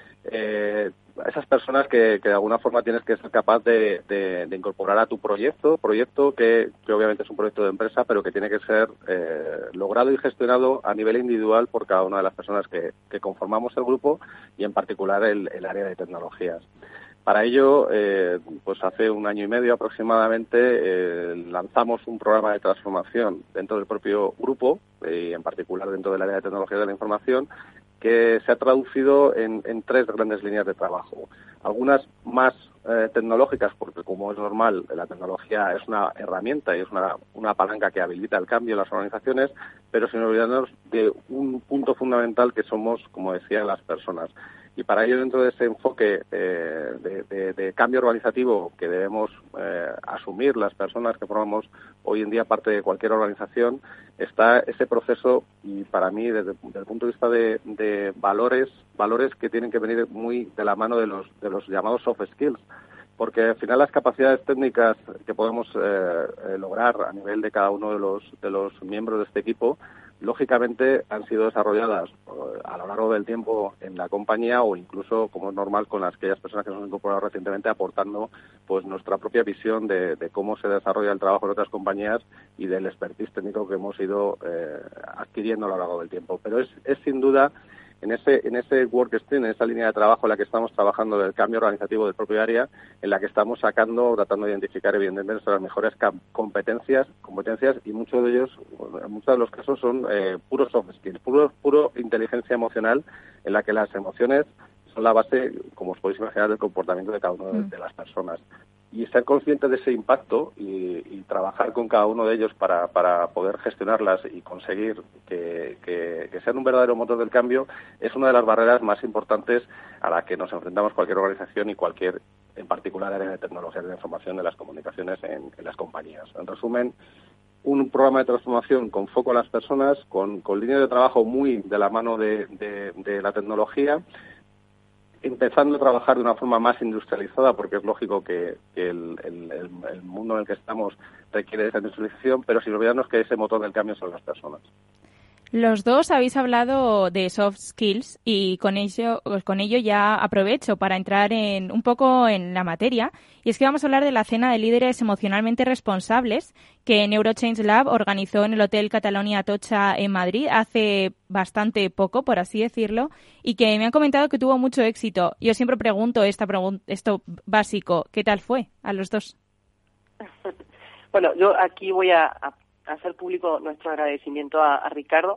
Eh, esas personas que, que de alguna forma tienes que ser capaz de, de, de incorporar a tu proyecto, proyecto que, que obviamente es un proyecto de empresa, pero que tiene que ser eh, logrado y gestionado a nivel individual por cada una de las personas que, que conformamos el grupo y en particular el, el área de tecnologías. Para ello, eh, pues hace un año y medio aproximadamente eh, lanzamos un programa de transformación dentro del propio grupo y eh, en particular dentro del área de tecnología de la información, que se ha traducido en, en tres grandes líneas de trabajo. Algunas más eh, tecnológicas, porque como es normal, la tecnología es una herramienta y es una, una palanca que habilita el cambio en las organizaciones, pero sin olvidarnos de un punto fundamental que somos, como decía, las personas. Y para ello, dentro de ese enfoque eh, de, de, de cambio organizativo que debemos eh, asumir las personas que formamos hoy en día parte de cualquier organización, está ese proceso y para mí, desde, desde el punto de vista de, de valores, valores que tienen que venir muy de la mano de los, de los llamados soft skills, porque al final las capacidades técnicas que podemos eh, eh, lograr a nivel de cada uno de los, de los miembros de este equipo, lógicamente han sido desarrolladas a lo largo del tiempo en la compañía o incluso, como es normal, con las aquellas personas que nos han incorporado recientemente aportando pues nuestra propia visión de, de cómo se desarrolla el trabajo en otras compañías y del expertise técnico que hemos ido eh, adquiriendo a lo largo del tiempo. Pero es, es sin duda en ese en ese work stream, en esa línea de trabajo en la que estamos trabajando del cambio organizativo del propio área, en la que estamos sacando, tratando de identificar evidentemente nuestras mejores competencias, competencias y muchos de ellos, en muchos de los casos son eh, puros soft skills, puro, puro inteligencia emocional, en la que las emociones son la base, como os podéis imaginar, del comportamiento de cada una de, de las personas. y ser consciente de ese impacto y, y trabajar con cada uno de ellos para, para poder gestionarlas y conseguir que, que, que sean un verdadero motor del cambio es una de las barreras más importantes a la que nos enfrentamos cualquier organización y cualquier, en particular, área de tecnología de la información, de las comunicaciones en, en las compañías. En resumen, un programa de transformación con foco en las personas, con, con líneas de trabajo muy de la mano de, de, de la tecnología, empezando a trabajar de una forma más industrializada, porque es lógico que, que el, el, el mundo en el que estamos requiere esa industrialización, pero sin olvidarnos que ese motor del cambio son las personas. Los dos habéis hablado de soft skills y con ello, con ello ya aprovecho para entrar en un poco en la materia. Y es que vamos a hablar de la cena de líderes emocionalmente responsables que Neurochange Lab organizó en el Hotel Catalonia Atocha en Madrid hace bastante poco, por así decirlo, y que me han comentado que tuvo mucho éxito. Yo siempre pregunto esta pregun- esto básico, ¿qué tal fue a los dos? Bueno, yo aquí voy a, a hacer público nuestro agradecimiento a, a Ricardo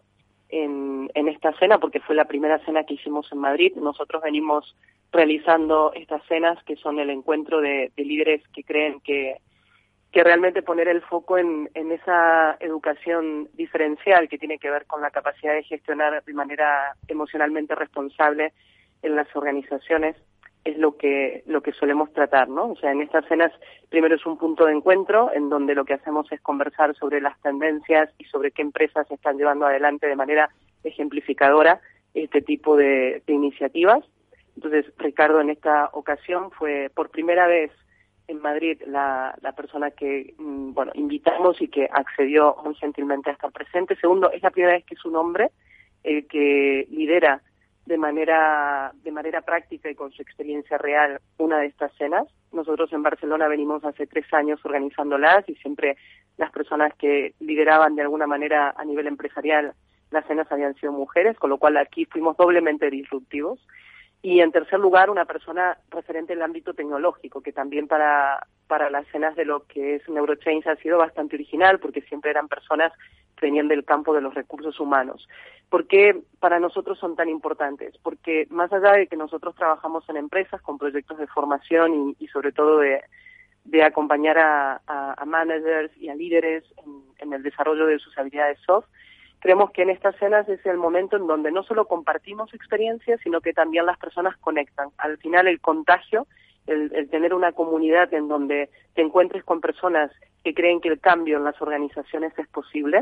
en, en esta cena, porque fue la primera cena que hicimos en Madrid. Nosotros venimos realizando estas cenas que son el encuentro de, de líderes que creen que, que realmente poner el foco en, en esa educación diferencial que tiene que ver con la capacidad de gestionar de manera emocionalmente responsable en las organizaciones es lo que lo que solemos tratar, ¿no? O sea, en estas cenas primero es un punto de encuentro en donde lo que hacemos es conversar sobre las tendencias y sobre qué empresas están llevando adelante de manera ejemplificadora este tipo de, de iniciativas. Entonces, Ricardo en esta ocasión fue por primera vez en Madrid la, la persona que, bueno, invitamos y que accedió muy gentilmente a estar presente. Segundo, es la primera vez que es un hombre el que lidera de manera de manera práctica y con su experiencia real una de estas cenas. Nosotros en Barcelona venimos hace tres años organizándolas y siempre las personas que lideraban de alguna manera a nivel empresarial las cenas habían sido mujeres, con lo cual aquí fuimos doblemente disruptivos. Y en tercer lugar, una persona referente en el ámbito tecnológico, que también para, para las cenas de lo que es Neurochange ha sido bastante original, porque siempre eran personas que venían del campo de los recursos humanos. ¿Por qué para nosotros son tan importantes? Porque más allá de que nosotros trabajamos en empresas con proyectos de formación y, y sobre todo de, de acompañar a, a, a managers y a líderes en, en el desarrollo de sus habilidades soft, creemos que en estas cenas es el momento en donde no solo compartimos experiencias, sino que también las personas conectan. Al final el contagio, el, el tener una comunidad en donde te encuentres con personas que creen que el cambio en las organizaciones es posible,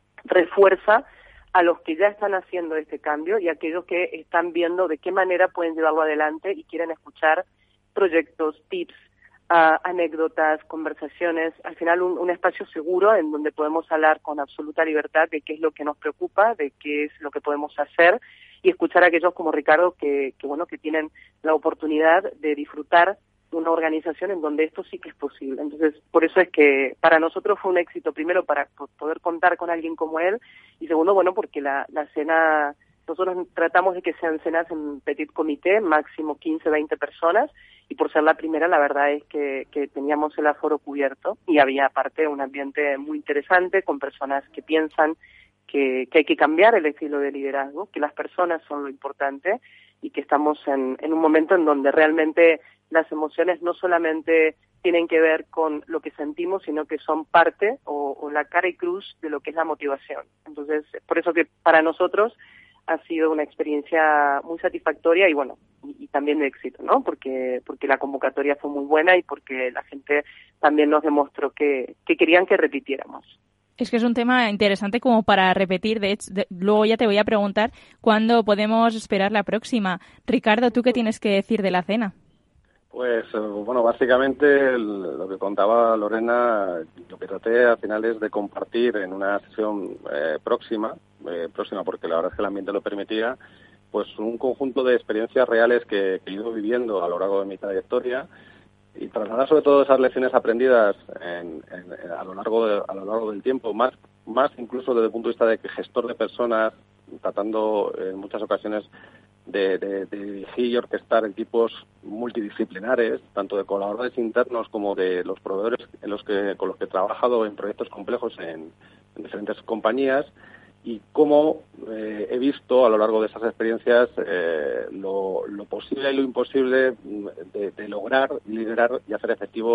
refuerza a los que ya están haciendo este cambio y a aquellos que están viendo de qué manera pueden llevarlo adelante y quieren escuchar proyectos, tips, uh, anécdotas, conversaciones, al final un, un espacio seguro en donde podemos hablar con absoluta libertad de qué es lo que nos preocupa, de qué es lo que podemos hacer y escuchar a aquellos como Ricardo que, que bueno, que tienen la oportunidad de disfrutar una organización en donde esto sí que es posible. Entonces, por eso es que para nosotros fue un éxito, primero para poder contar con alguien como él, y segundo, bueno, porque la, la cena, nosotros tratamos de que sean cenas en petit comité, máximo quince, veinte personas, y por ser la primera, la verdad es que, que teníamos el aforo cubierto, y había aparte un ambiente muy interesante, con personas que piensan que, que hay que cambiar el estilo de liderazgo, que las personas son lo importante, y que estamos en, en un momento en donde realmente las emociones no solamente tienen que ver con lo que sentimos, sino que son parte o, o la cara y cruz de lo que es la motivación. Entonces, por eso que para nosotros ha sido una experiencia muy satisfactoria y bueno, y, y también de éxito, ¿no? Porque porque la convocatoria fue muy buena y porque la gente también nos demostró que, que querían que repitiéramos. Es que es un tema interesante como para repetir. De hecho, de, luego ya te voy a preguntar cuándo podemos esperar la próxima. Ricardo, ¿tú qué tienes que decir de la cena? Pues, bueno, básicamente el, lo que contaba Lorena, lo que traté al final es de compartir en una sesión eh, próxima, eh, próxima porque la verdad es que el ambiente lo permitía, pues un conjunto de experiencias reales que, que he ido viviendo a lo largo de mi trayectoria y trasladar sobre todo esas lecciones aprendidas en, en, a lo largo de, a lo largo del tiempo, más, más incluso desde el punto de vista de que gestor de personas, tratando en muchas ocasiones de, de, de dirigir y orquestar equipos multidisciplinares, tanto de colaboradores internos como de los proveedores en los que, con los que he trabajado en proyectos complejos en, en diferentes compañías, y cómo eh, he visto a lo largo de esas experiencias eh, lo, lo posible y lo imposible de, de lograr, liderar y hacer efectivo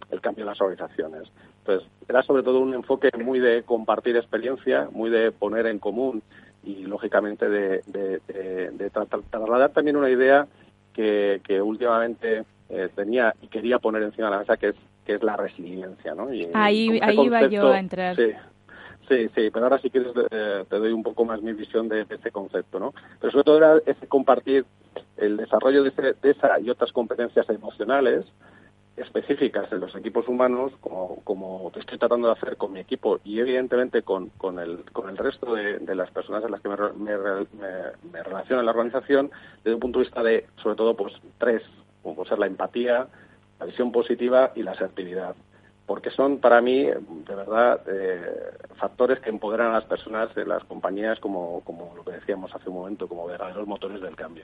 el cambio en las organizaciones. Entonces, era sobre todo un enfoque muy de compartir experiencia, muy de poner en común y, lógicamente, de, de, de, de trasladar también una idea que, que últimamente eh, tenía y quería poner encima de la mesa, que es que es la resiliencia, ¿no? Y, ahí ahí iba yo a entrar. Sí, sí, sí, pero ahora si quieres eh, te doy un poco más mi visión de, de este concepto, ¿no? Pero sobre todo era ese compartir el desarrollo de, ese, de esa y otras competencias emocionales específicas en los equipos humanos, como, como estoy tratando de hacer con mi equipo y evidentemente con, con, el, con el resto de, de las personas en las que me, me, me, me relaciono en la organización, desde un punto de vista de, sobre todo, pues tres, como puede ser la empatía, la visión positiva y la asertividad, porque son para mí, de verdad, eh, factores que empoderan a las personas en las compañías, como, como lo que decíamos hace un momento, como verdaderos motores del cambio.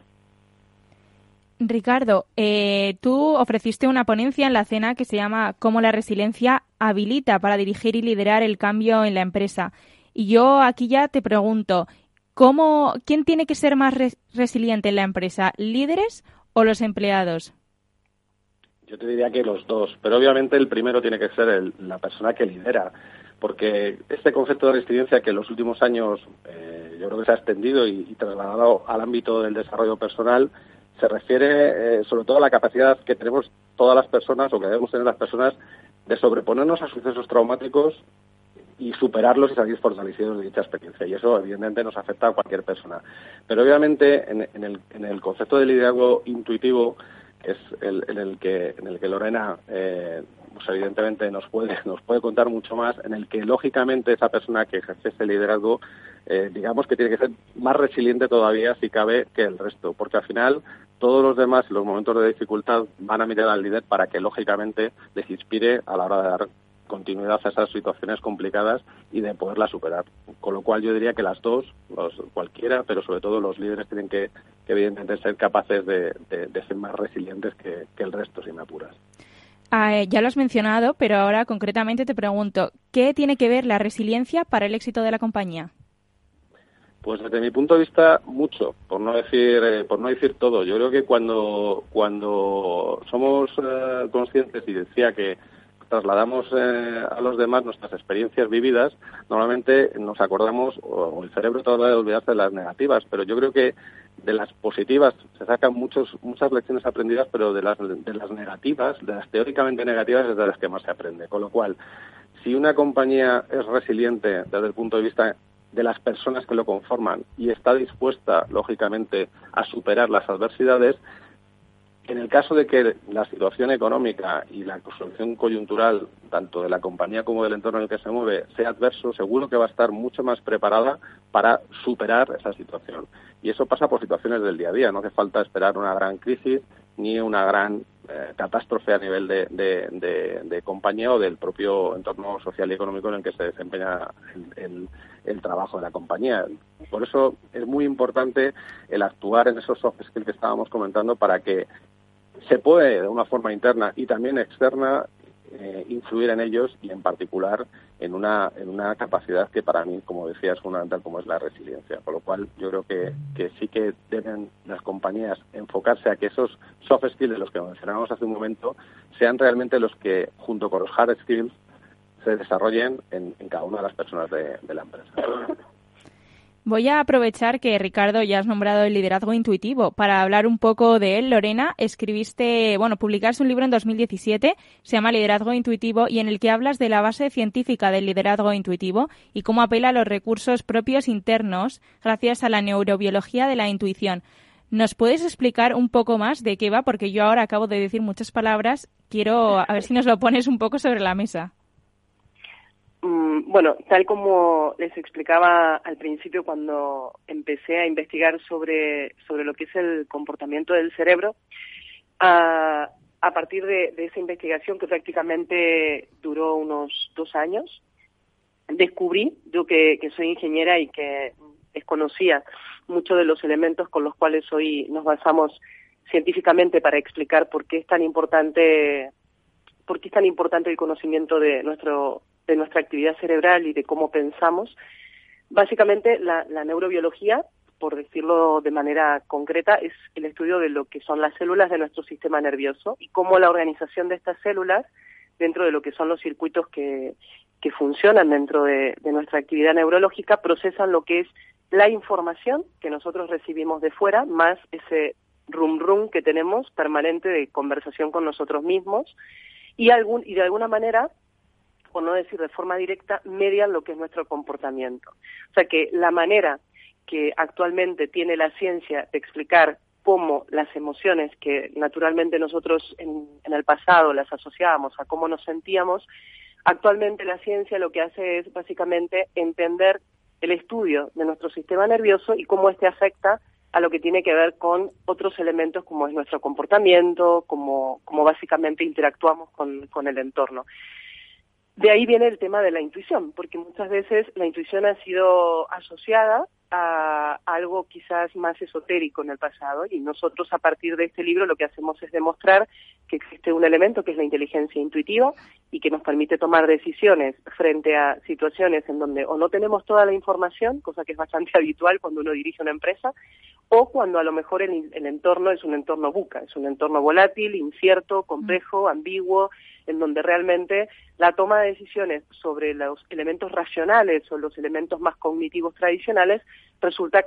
Ricardo, eh, tú ofreciste una ponencia en la cena que se llama ¿Cómo la resiliencia habilita para dirigir y liderar el cambio en la empresa? Y yo aquí ya te pregunto, ¿cómo, ¿quién tiene que ser más res- resiliente en la empresa, líderes o los empleados? Yo te diría que los dos, pero obviamente el primero tiene que ser el, la persona que lidera, porque este concepto de resiliencia que en los últimos años eh, yo creo que se ha extendido y, y trasladado al ámbito del desarrollo personal, se refiere eh, sobre todo a la capacidad que tenemos todas las personas o que debemos tener las personas de sobreponernos a sucesos traumáticos y superarlos y salir fortalecidos de dicha experiencia. Y eso evidentemente nos afecta a cualquier persona. Pero obviamente en, en, el, en el concepto de liderazgo intuitivo, es el, en el que en el que Lorena eh, pues evidentemente nos puede nos puede contar mucho más, en el que lógicamente esa persona que ejerce ese liderazgo eh, digamos que tiene que ser más resiliente todavía si cabe que el resto, porque al final todos los demás en los momentos de dificultad van a mirar al líder para que lógicamente les inspire a la hora de dar continuidad a esas situaciones complicadas y de poderlas superar. Con lo cual yo diría que las dos, los, cualquiera, pero sobre todo los líderes tienen que, que evidentemente ser capaces de, de, de ser más resilientes que, que el resto, si me apuras. Ah, ya lo has mencionado, pero ahora concretamente te pregunto, ¿qué tiene que ver la resiliencia para el éxito de la compañía? Pues desde mi punto de vista, mucho, por no decir eh, por no decir todo. Yo creo que cuando cuando somos eh, conscientes, y decía que trasladamos eh, a los demás nuestras experiencias vividas, normalmente nos acordamos, o el cerebro trata de olvidarse de las negativas, pero yo creo que de las positivas se sacan muchos muchas lecciones aprendidas, pero de las de las negativas, de las teóricamente negativas, es de las que más se aprende. Con lo cual, si una compañía es resiliente desde el punto de vista de las personas que lo conforman y está dispuesta, lógicamente, a superar las adversidades, en el caso de que la situación económica y la solución coyuntural, tanto de la compañía como del entorno en el que se mueve, sea adverso, seguro que va a estar mucho más preparada para superar esa situación. Y eso pasa por situaciones del día a día. No hace falta esperar una gran crisis ni una gran eh, catástrofe a nivel de, de, de, de compañía o del propio entorno social y económico en el que se desempeña el, el, el trabajo de la compañía. Por eso es muy importante el actuar en esos soft skills que estábamos comentando para que se puede, de una forma interna y también externa, eh, influir en ellos y, en particular, en una en una capacidad que para mí, como decía, es fundamental, como es la resiliencia. Con lo cual, yo creo que, que sí que deben las compañías enfocarse a que esos soft skills de los que mencionábamos hace un momento sean realmente los que, junto con los hard skills, se desarrollen en, en cada una de las personas de, de la empresa. Voy a aprovechar que, Ricardo, ya has nombrado el liderazgo intuitivo. Para hablar un poco de él, Lorena, escribiste, bueno, publicaste un libro en dos mil diecisiete, se llama Liderazgo Intuitivo, y en el que hablas de la base científica del liderazgo intuitivo y cómo apela a los recursos propios internos gracias a la neurobiología de la intuición. ¿Nos puedes explicar un poco más de qué va? Porque yo ahora acabo de decir muchas palabras. Quiero a ver si nos lo pones un poco sobre la mesa. Bueno, tal como les explicaba al principio cuando empecé a investigar sobre, sobre lo que es el comportamiento del cerebro, a, a partir de, de esa investigación que prácticamente duró unos dos años, descubrí, yo que, que soy ingeniera y que desconocía muchos de los elementos con los cuales hoy nos basamos científicamente para explicar por qué es tan importante, por qué es tan importante el conocimiento de nuestro de nuestra actividad cerebral y de cómo pensamos. Básicamente, la, la neurobiología, por decirlo de manera concreta, es el estudio de lo que son las células de nuestro sistema nervioso y cómo la organización de estas células dentro de lo que son los circuitos que, que funcionan dentro de, de nuestra actividad neurológica, procesan lo que es la información que nosotros recibimos de fuera, más ese rum rum que tenemos permanente de conversación con nosotros mismos, y, algún, y de alguna manera, por no decir de forma directa, median lo que es nuestro comportamiento. O sea que la manera que actualmente tiene la ciencia de explicar cómo las emociones que naturalmente nosotros en, en el pasado las asociábamos a cómo nos sentíamos, actualmente la ciencia lo que hace es básicamente entender el estudio de nuestro sistema nervioso y cómo este afecta a lo que tiene que ver con otros elementos como es nuestro comportamiento, como, como básicamente interactuamos con, con el entorno. De ahí viene el tema de la intuición, porque muchas veces la intuición ha sido asociada a algo quizás más esotérico en el pasado, y nosotros a partir de este libro lo que hacemos es demostrar que existe un elemento que es la inteligencia intuitiva y que nos permite tomar decisiones frente a situaciones en donde o no tenemos toda la información, cosa que es bastante habitual cuando uno dirige una empresa, o cuando a lo mejor el, el entorno es un entorno buca, es un entorno volátil, incierto, complejo, ambiguo, en donde realmente la toma de decisiones sobre los elementos racionales o los elementos más cognitivos tradicionales resulta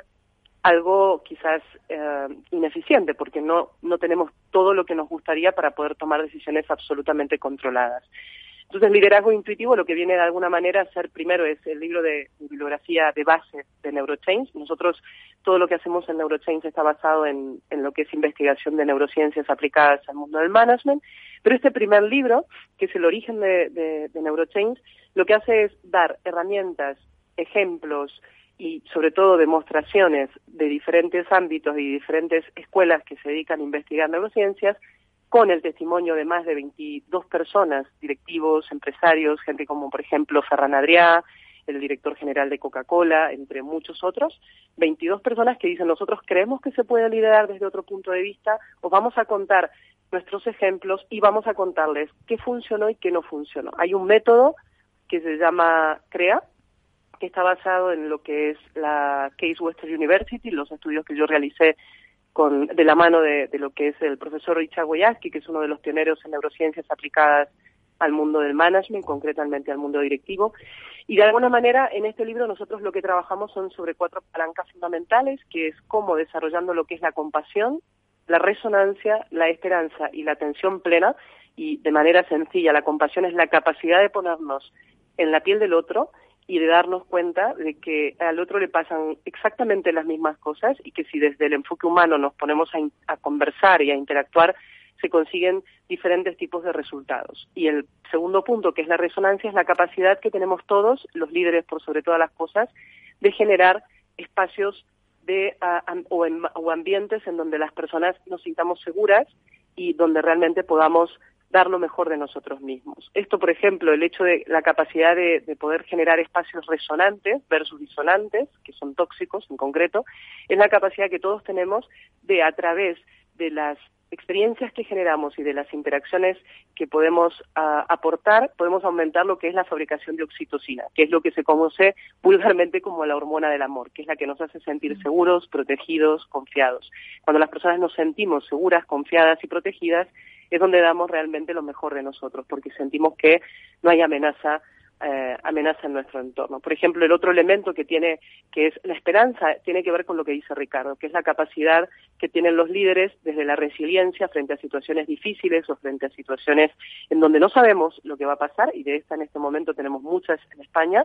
algo quizás eh, ineficiente, porque no, no tenemos todo lo que nos gustaría para poder tomar decisiones absolutamente controladas. Entonces, liderazgo intuitivo lo que viene de alguna manera a ser, primero, es el libro de bibliografía de base de Neurochange. Nosotros, todo lo que hacemos en Neurochange está basado en, en lo que es investigación de neurociencias aplicadas al mundo del management, pero este primer libro, que es el origen de, de, de Neurochange, lo que hace es dar herramientas, ejemplos y sobre todo demostraciones de diferentes ámbitos y diferentes escuelas que se dedican a investigar neurociencias, con el testimonio de más de veintidós personas, directivos, empresarios, gente como por ejemplo Ferran Adrià, el director general de Coca-Cola, entre muchos otros, veintidós personas que dicen: nosotros creemos que se puede liderar desde otro punto de vista, os vamos a contar nuestros ejemplos y vamos a contarles qué funcionó y qué no funcionó. Hay un método que se llama CREA, que está basado en lo que es la Case Western University, los estudios que yo realicé con, de la mano de, de lo que es el profesor Richard Wojcicki, que es uno de los pioneros en neurociencias aplicadas al mundo del management, concretamente al mundo directivo. Y de alguna manera, en este libro nosotros lo que trabajamos son sobre cuatro palancas fundamentales, que es cómo desarrollando lo que es la compasión, la resonancia, la esperanza y la atención plena. Y de manera sencilla, la compasión es la capacidad de ponernos en la piel del otro y de darnos cuenta de que al otro le pasan exactamente las mismas cosas, y que si desde el enfoque humano nos ponemos a, in- a conversar y a interactuar, se consiguen diferentes tipos de resultados. Y el segundo punto, que es la resonancia, es la capacidad que tenemos todos, los líderes por sobre todas las cosas, de generar espacios de uh, um, o, en, o ambientes en donde las personas nos sintamos seguras y donde realmente podamos dar lo mejor de nosotros mismos. Esto, por ejemplo, el hecho de la capacidad de, de poder generar espacios resonantes versus disonantes, que son tóxicos en concreto, es la capacidad que todos tenemos de, a través de las experiencias que generamos y de las interacciones que podemos uh, aportar, podemos aumentar lo que es la fabricación de oxitocina, que es lo que se conoce vulgarmente como la hormona del amor, que es la que nos hace sentir seguros, protegidos, confiados. Cuando las personas nos sentimos seguras, confiadas y protegidas, es donde damos realmente lo mejor de nosotros, porque sentimos que no hay amenaza eh, amenaza en nuestro entorno. Por ejemplo, el otro elemento que tiene, que es la esperanza, tiene que ver con lo que dice Ricardo, que es la capacidad que tienen los líderes desde la resiliencia frente a situaciones difíciles o frente a situaciones en donde no sabemos lo que va a pasar, y de esta en este momento tenemos muchas en España,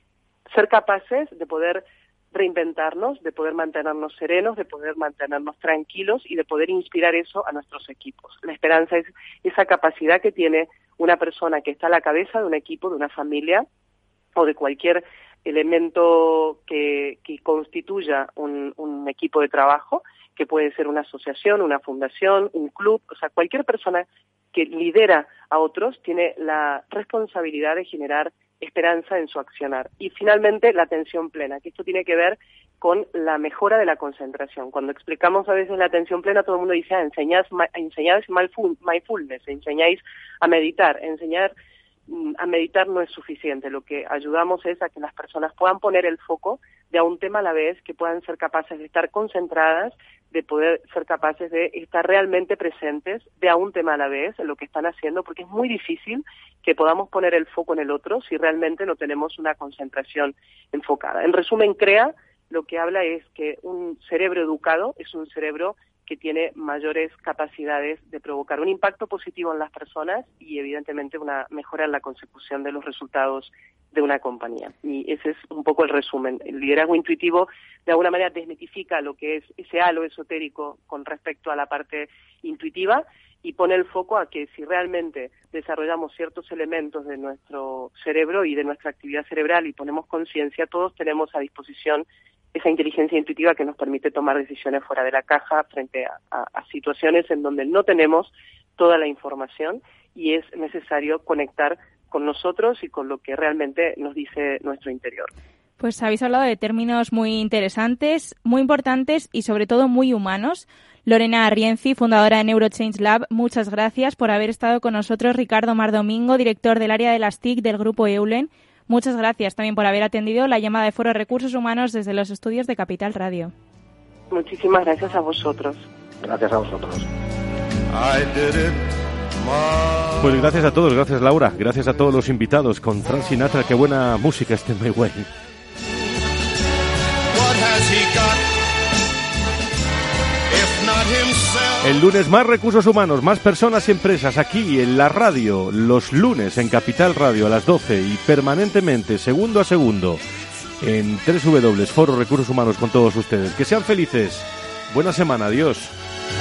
ser capaces de poder reinventarnos, de poder mantenernos serenos, de poder mantenernos tranquilos y de poder inspirar eso a nuestros equipos. La esperanza es esa capacidad que tiene una persona que está a la cabeza de un equipo, de una familia o de cualquier elemento que, que constituya un, un equipo de trabajo, que puede ser una asociación, una fundación, un club, o sea, cualquier persona que lidera a otros tiene la responsabilidad de generar esperanza en su accionar. Y finalmente, la atención plena, que esto tiene que ver con la mejora de la concentración. Cuando explicamos a veces la atención plena, todo el mundo dice, ah, enseñáis, enseñáis mindfulness, enseñáis a meditar. Enseñar a meditar no es suficiente. Lo que ayudamos es a que las personas puedan poner el foco de a un tema a la vez, que puedan ser capaces de estar concentradas, de poder ser capaces de estar realmente presentes de a un tema a la vez en lo que están haciendo, porque es muy difícil que podamos poner el foco en el otro si realmente no tenemos una concentración enfocada. En resumen, CREA lo que habla es que un cerebro educado es un cerebro que tiene mayores capacidades de provocar un impacto positivo en las personas y evidentemente una mejora en la consecución de los resultados de una compañía. Y ese es un poco el resumen. El liderazgo intuitivo de alguna manera desmitifica lo que es ese halo esotérico con respecto a la parte intuitiva y pone el foco a que si realmente desarrollamos ciertos elementos de nuestro cerebro y de nuestra actividad cerebral y ponemos conciencia, todos tenemos a disposición esa inteligencia intuitiva que nos permite tomar decisiones fuera de la caja frente a, a, a situaciones en donde no tenemos toda la información y es necesario conectar con nosotros y con lo que realmente nos dice nuestro interior. Pues habéis hablado de términos muy interesantes, muy importantes y sobre todo muy humanos. Lorena Rienzi, fundadora de Neurochange Lab, muchas gracias por haber estado con nosotros. Ricardo Mardomingo, director del área de las T I C del Grupo Eulen. Muchas gracias también por haber atendido la llamada de Foro de Recursos Humanos desde los estudios de Capital Radio. Muchísimas gracias a vosotros. Gracias a vosotros. Pues gracias a todos, gracias Laura, gracias a todos los invitados con Frank Sinatra, qué buena música este My Way. El lunes más recursos humanos, más personas y empresas aquí en la radio, los lunes en Capital Radio a las doce y permanentemente, segundo a segundo, en doble u doble u doble punto foro recursos humanos con todos ustedes. Que sean felices. Buena semana, adiós.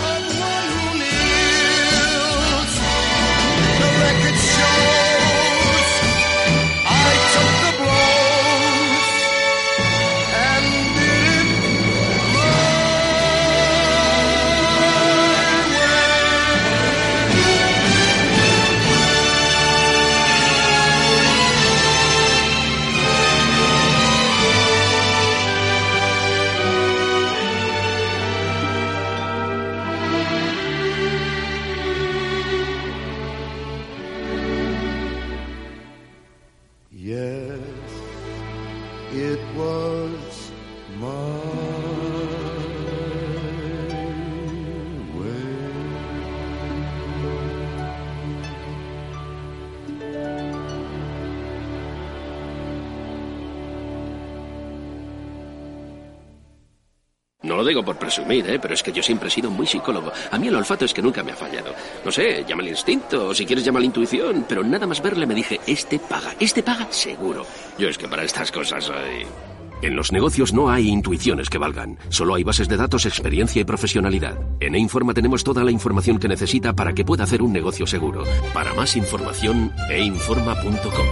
No lo digo por presumir, ¿eh? Pero es que yo siempre he sido muy psicólogo. A mí el olfato es que nunca me ha fallado. No sé, llama el instinto, o si quieres llama la intuición, pero nada más verle me dije, este paga, este paga seguro. Yo es que para estas cosas soy... En los negocios no hay intuiciones que valgan. Solo hay bases de datos, experiencia y profesionalidad. En E-Informa tenemos toda la información que necesita para que pueda hacer un negocio seguro. Para más información, e informa punto com.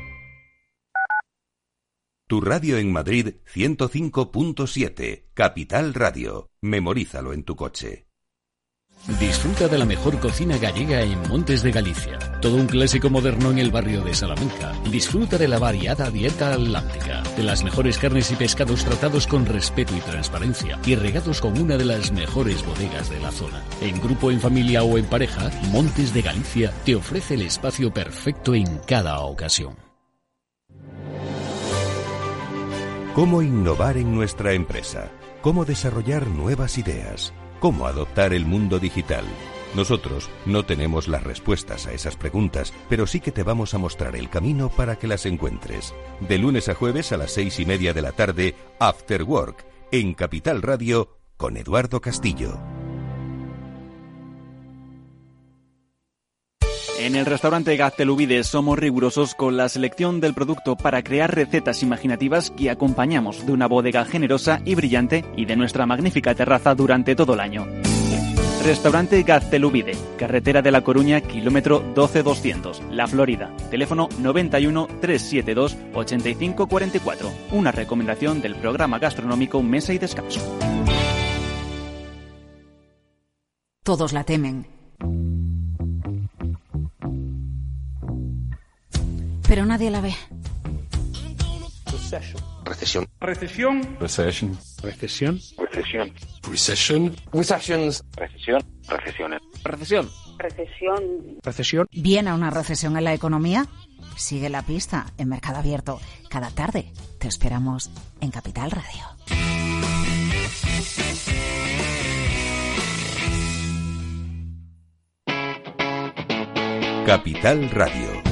Tu radio en Madrid, ciento cinco punto siete. Capital Radio. Memorízalo en tu coche. Disfruta de la mejor cocina gallega en Montes de Galicia. Todo un clásico moderno en el barrio de Salamanca. Disfruta de la variada dieta atlántica, de las mejores carnes y pescados tratados con respeto y transparencia y regados con una de las mejores bodegas de la zona. En grupo, en familia o en pareja, Montes de Galicia te ofrece el espacio perfecto en cada ocasión. ¿Cómo innovar en nuestra empresa? ¿Cómo desarrollar nuevas ideas? ¿Cómo adoptar el mundo digital? Nosotros no tenemos las respuestas a esas preguntas, pero sí que te vamos a mostrar el camino para que las encuentres. De lunes a jueves a las seis y media de la tarde, After Work, en Capital Radio, con Eduardo Castillo. En el restaurante Gaztelubides somos rigurosos con la selección del producto para crear recetas imaginativas que acompañamos de una bodega generosa y brillante y de nuestra magnífica terraza durante todo el año. Restaurante Gaztelubide, carretera de La Coruña, kilómetro doce doscientos, La Florida. Teléfono noventa y uno, trescientos setenta y dos, ochenta y cinco cuarenta y cuatro. Una recomendación del programa gastronómico Mesa y Descanso. Todos la temen. Pero nadie la ve. Recesión. Recesión. Recesión. Recesión. Recesión. Recession. Recessions. Recesión. Recesiones. Recesión. Recesión. Recesión. ¿Viene una recesión en la economía? Sigue la pista en Mercado Abierto. Cada tarde te esperamos en Capital Radio. Capital Radio.